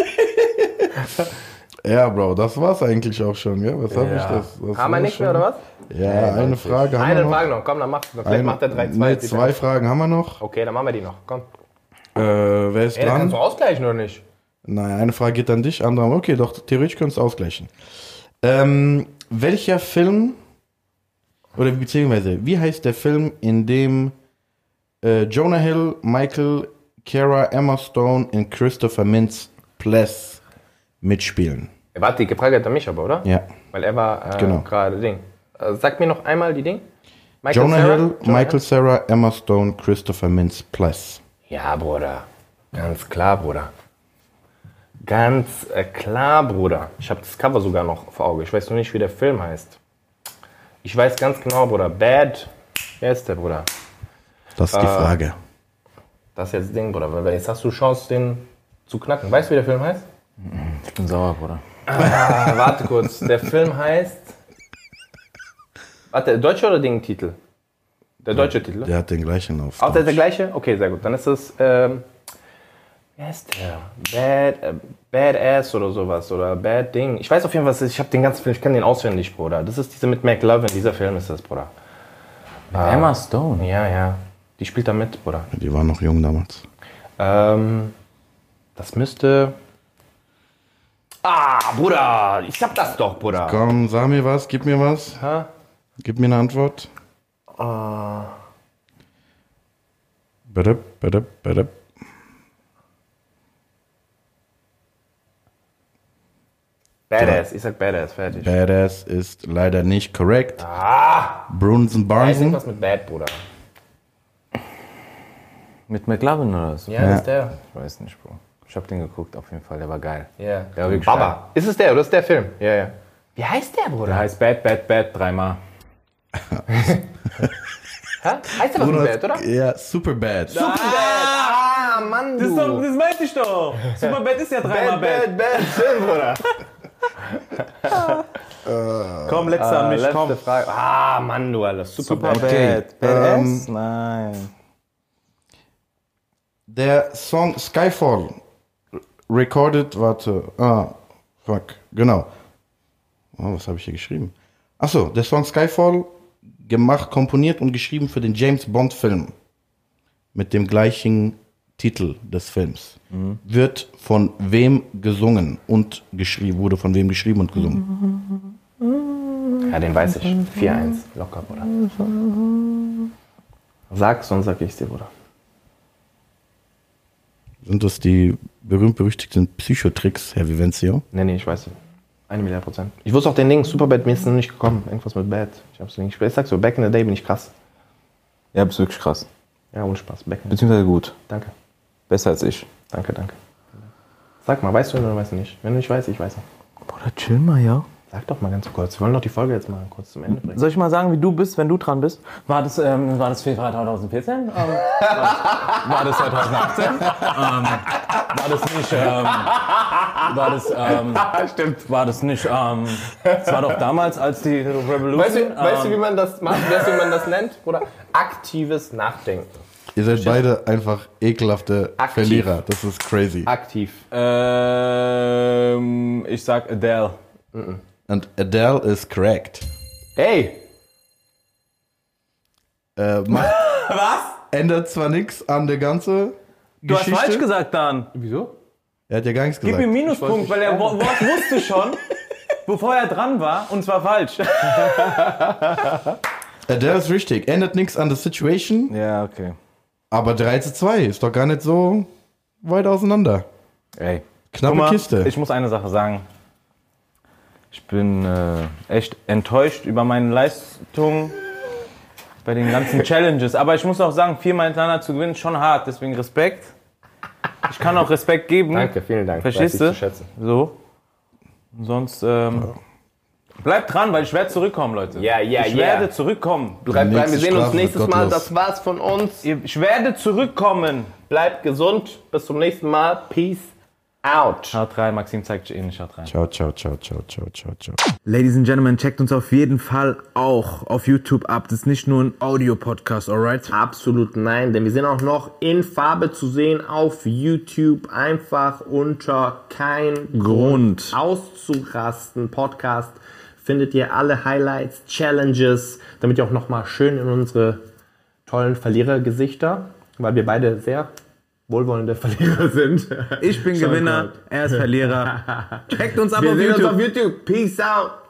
Ja, Bro, das war's eigentlich auch schon, ja? Was hab Ja. ich das? das Haben wir war nicht schon- mehr, oder was? Ja, eine Frage haben wir Eine noch. Frage noch. Komm, dann machst du. Vielleicht Eine- macht der drei zwei. Nee, zwei Fragen haben wir noch. Okay, dann machen wir die noch. Komm. Äh, wer ist Ey, dann kannst dran? du ausgleichen, oder nicht? Nein, eine Frage geht an dich, andere haben, okay, doch, theoretisch könntest du ausgleichen. Ähm, welcher Film, oder beziehungsweise, wie heißt der Film, in dem äh, Jonah Hill, Michael, Cara, Emma Stone und Christopher Mintz-Plasse mitspielen? Ja, warte, die Frage hat er mich aber, oder? Ja. Weil er war äh, Genau. gerade Ding. Äh, sag mir noch einmal die Ding. Michael Jonah Cera? Hill, Jonah Michael Cera, Emma Stone, Christopher Mintz-Plasse. Ja, Bruder. Ganz klar, Bruder. Ganz äh, klar, Bruder. Ich habe das Cover sogar noch vor Auge. Ich weiß noch nicht, wie der Film heißt. Ich weiß ganz genau, Bruder. Bad. Wer ist der, Bruder? Das ist die Frage. Das ist jetzt das Ding, Bruder. Weil jetzt hast du Chance, den zu knacken. Weißt du, wie der Film heißt? Ich bin sauer, Bruder. Ah, warte kurz. Der Film heißt... Warte, deutscher oder Ding-Titel? Der deutsche Titel. Der hat den gleichen auf. Auch der, der gleiche? Okay, sehr gut. Dann ist es, ähm, wer ist der? Bad, äh, Badass oder sowas. Oder Bad Ding. Ich weiß auf jeden Fall, was es ist. Ich habe den ganzen Film, ich kenne den auswendig, Bruder. Das ist diese mit McLovin. Dieser Film ist das, Bruder. Emma Stone. Ja, ja. Die spielt da mit, Bruder. Die waren noch jung damals. Ähm, das müsste... Ah, Bruder. Ich hab das doch, Bruder. Komm, sag mir was, gib mir was. Hä? Gib mir eine Antwort. Ah. Bitte, bitte, bitte. Badass. Ich sag Badass. Fertig. Badass ist leider nicht korrekt. Ah. Brunson Da ist Barnson. irgendwas mit Bad, Bruder. Mit McLovin oder was? Ja, das ist der. Ich weiß nicht, Bro. Ich hab den geguckt, auf jeden Fall. Der war geil. Ja. Der war wirklich Baba. Ist es der oder ist der Film? Ja, ja. Wie heißt der, Bruder? Der heißt Bad, Bad, Bad dreimal. Hä? Heißt der was mit Bad, oder? Ja, super bad. Ah, Mann, du. das meinte ich doch. Superbad ist ja dreimal Bad, Bad, Bad, Film, Bruder. Komm, letzter an mich, Letzte komm. Frage. Ah, Mann, du, Alter. Super, Superbad. Bad. Okay, Badass? Nein. Der Song Skyfall recorded, warte, ah, fuck, genau. Oh, was habe ich hier geschrieben? Achso, der Song Skyfall, gemacht, komponiert und geschrieben für den James Bond Film mit dem gleichen Titel des Films. Wird von wem gesungen und geschrieben, wurde von wem geschrieben und gesungen? Ja, den weiß ich. vier eins. Locker, Bruder. Sag's, sonst sag ich's dir, Bruder. Sind das die berühmt-berüchtigten Psychotricks, Herr Vivencio? Nee, nee, ich weiß nicht. Eine Milliarde Prozent. Ich wusste auch den Ding, Superbad, mir ist noch nicht gekommen. Irgendwas mit Bad. Ich hab's nicht. Ich sag so, back in the day bin ich krass. Ja, bist wirklich krass. Ja, ohne Spaß. Back in the day. Beziehungsweise gut. Danke. Besser als ich. Danke, danke. Sag mal, weißt du oder weißt du nicht? Wenn du nicht weißt, ich weiß nicht. Bruder, chill mal, ja. Sag doch mal ganz kurz. Wir wollen doch die Folge jetzt mal kurz zum Ende bringen. Soll ich mal sagen, wie du bist, wenn du dran bist? War das, ähm, war das Februar zwanzig vierzehn? Ähm, war, war das zwanzig achtzehn? ähm, war das nicht, ähm, war das, ähm, Stimmt. war das nicht, ähm, das war doch damals, als die Revolution... Weißt du, ähm, weißt du, wie man das macht? Weißt du, wie man das nennt? Oder aktives Nachdenken. Ihr seid beide einfach ekelhafte Aktiv. Verlierer. Das ist crazy. Aktiv. Ähm, ich sag Adele. Und Adele ist correct. Ey! Äh, macht, Was? ändert zwar nichts an der ganzen Du hast Geschichte. falsch gesagt, Dan. Wieso? Er hat ja gar nichts Gib gesagt. mir einen Minuspunkt, weil er Wort wusste schon, bevor er dran war, und zwar falsch. Adele ist richtig. Ändert nichts an der Situation, Ja, okay. aber drei zu zwei ist doch gar nicht so weit auseinander. Ey. Knappe Guck mal, Kiste. Ich muss eine Sache sagen. Ich bin äh, echt enttäuscht über meine Leistung bei den ganzen Challenges. Aber ich muss auch sagen, viermal hintereinander zu gewinnen ist schon hart. Deswegen Respekt. Ich kann auch Respekt geben. Danke, vielen Dank. Verstehst Weiß du? ich zu schätzen. So. Und sonst ähm, bleibt dran, weil ich werde zurückkommen, Leute. Ja, ja, ich ja. werde zurückkommen. Bleibt dran, wir nächste sehen uns Strafe nächstes wird Mal. gottlos. Das war's von uns. Ich werde zurückkommen. Bleibt gesund. Bis zum nächsten Mal. Peace out. Schaut rein, Maxim zeigt euch eh nicht. Schaut rein. Ciao, ciao, ciao, ciao, ciao, ciao, ciao. Ladies and Gentlemen, checkt uns auf jeden Fall auch auf YouTube ab. Das ist nicht nur ein Audio-Podcast, alright? Absolut nein, denn wir sind auch noch in Farbe zu sehen auf YouTube. Einfach unter kein Grund. auszurasten. Podcast findet ihr alle Highlights, Challenges, damit ihr auch nochmal schön in unsere tollen Verlierergesichter, weil wir beide sehr wohlwollende Verlierer sind. Ich bin Schauen Gewinner, könnt. er ist Verlierer. Checkt uns ab Wir auf sehen uns YouTube. auf YouTube. Peace out.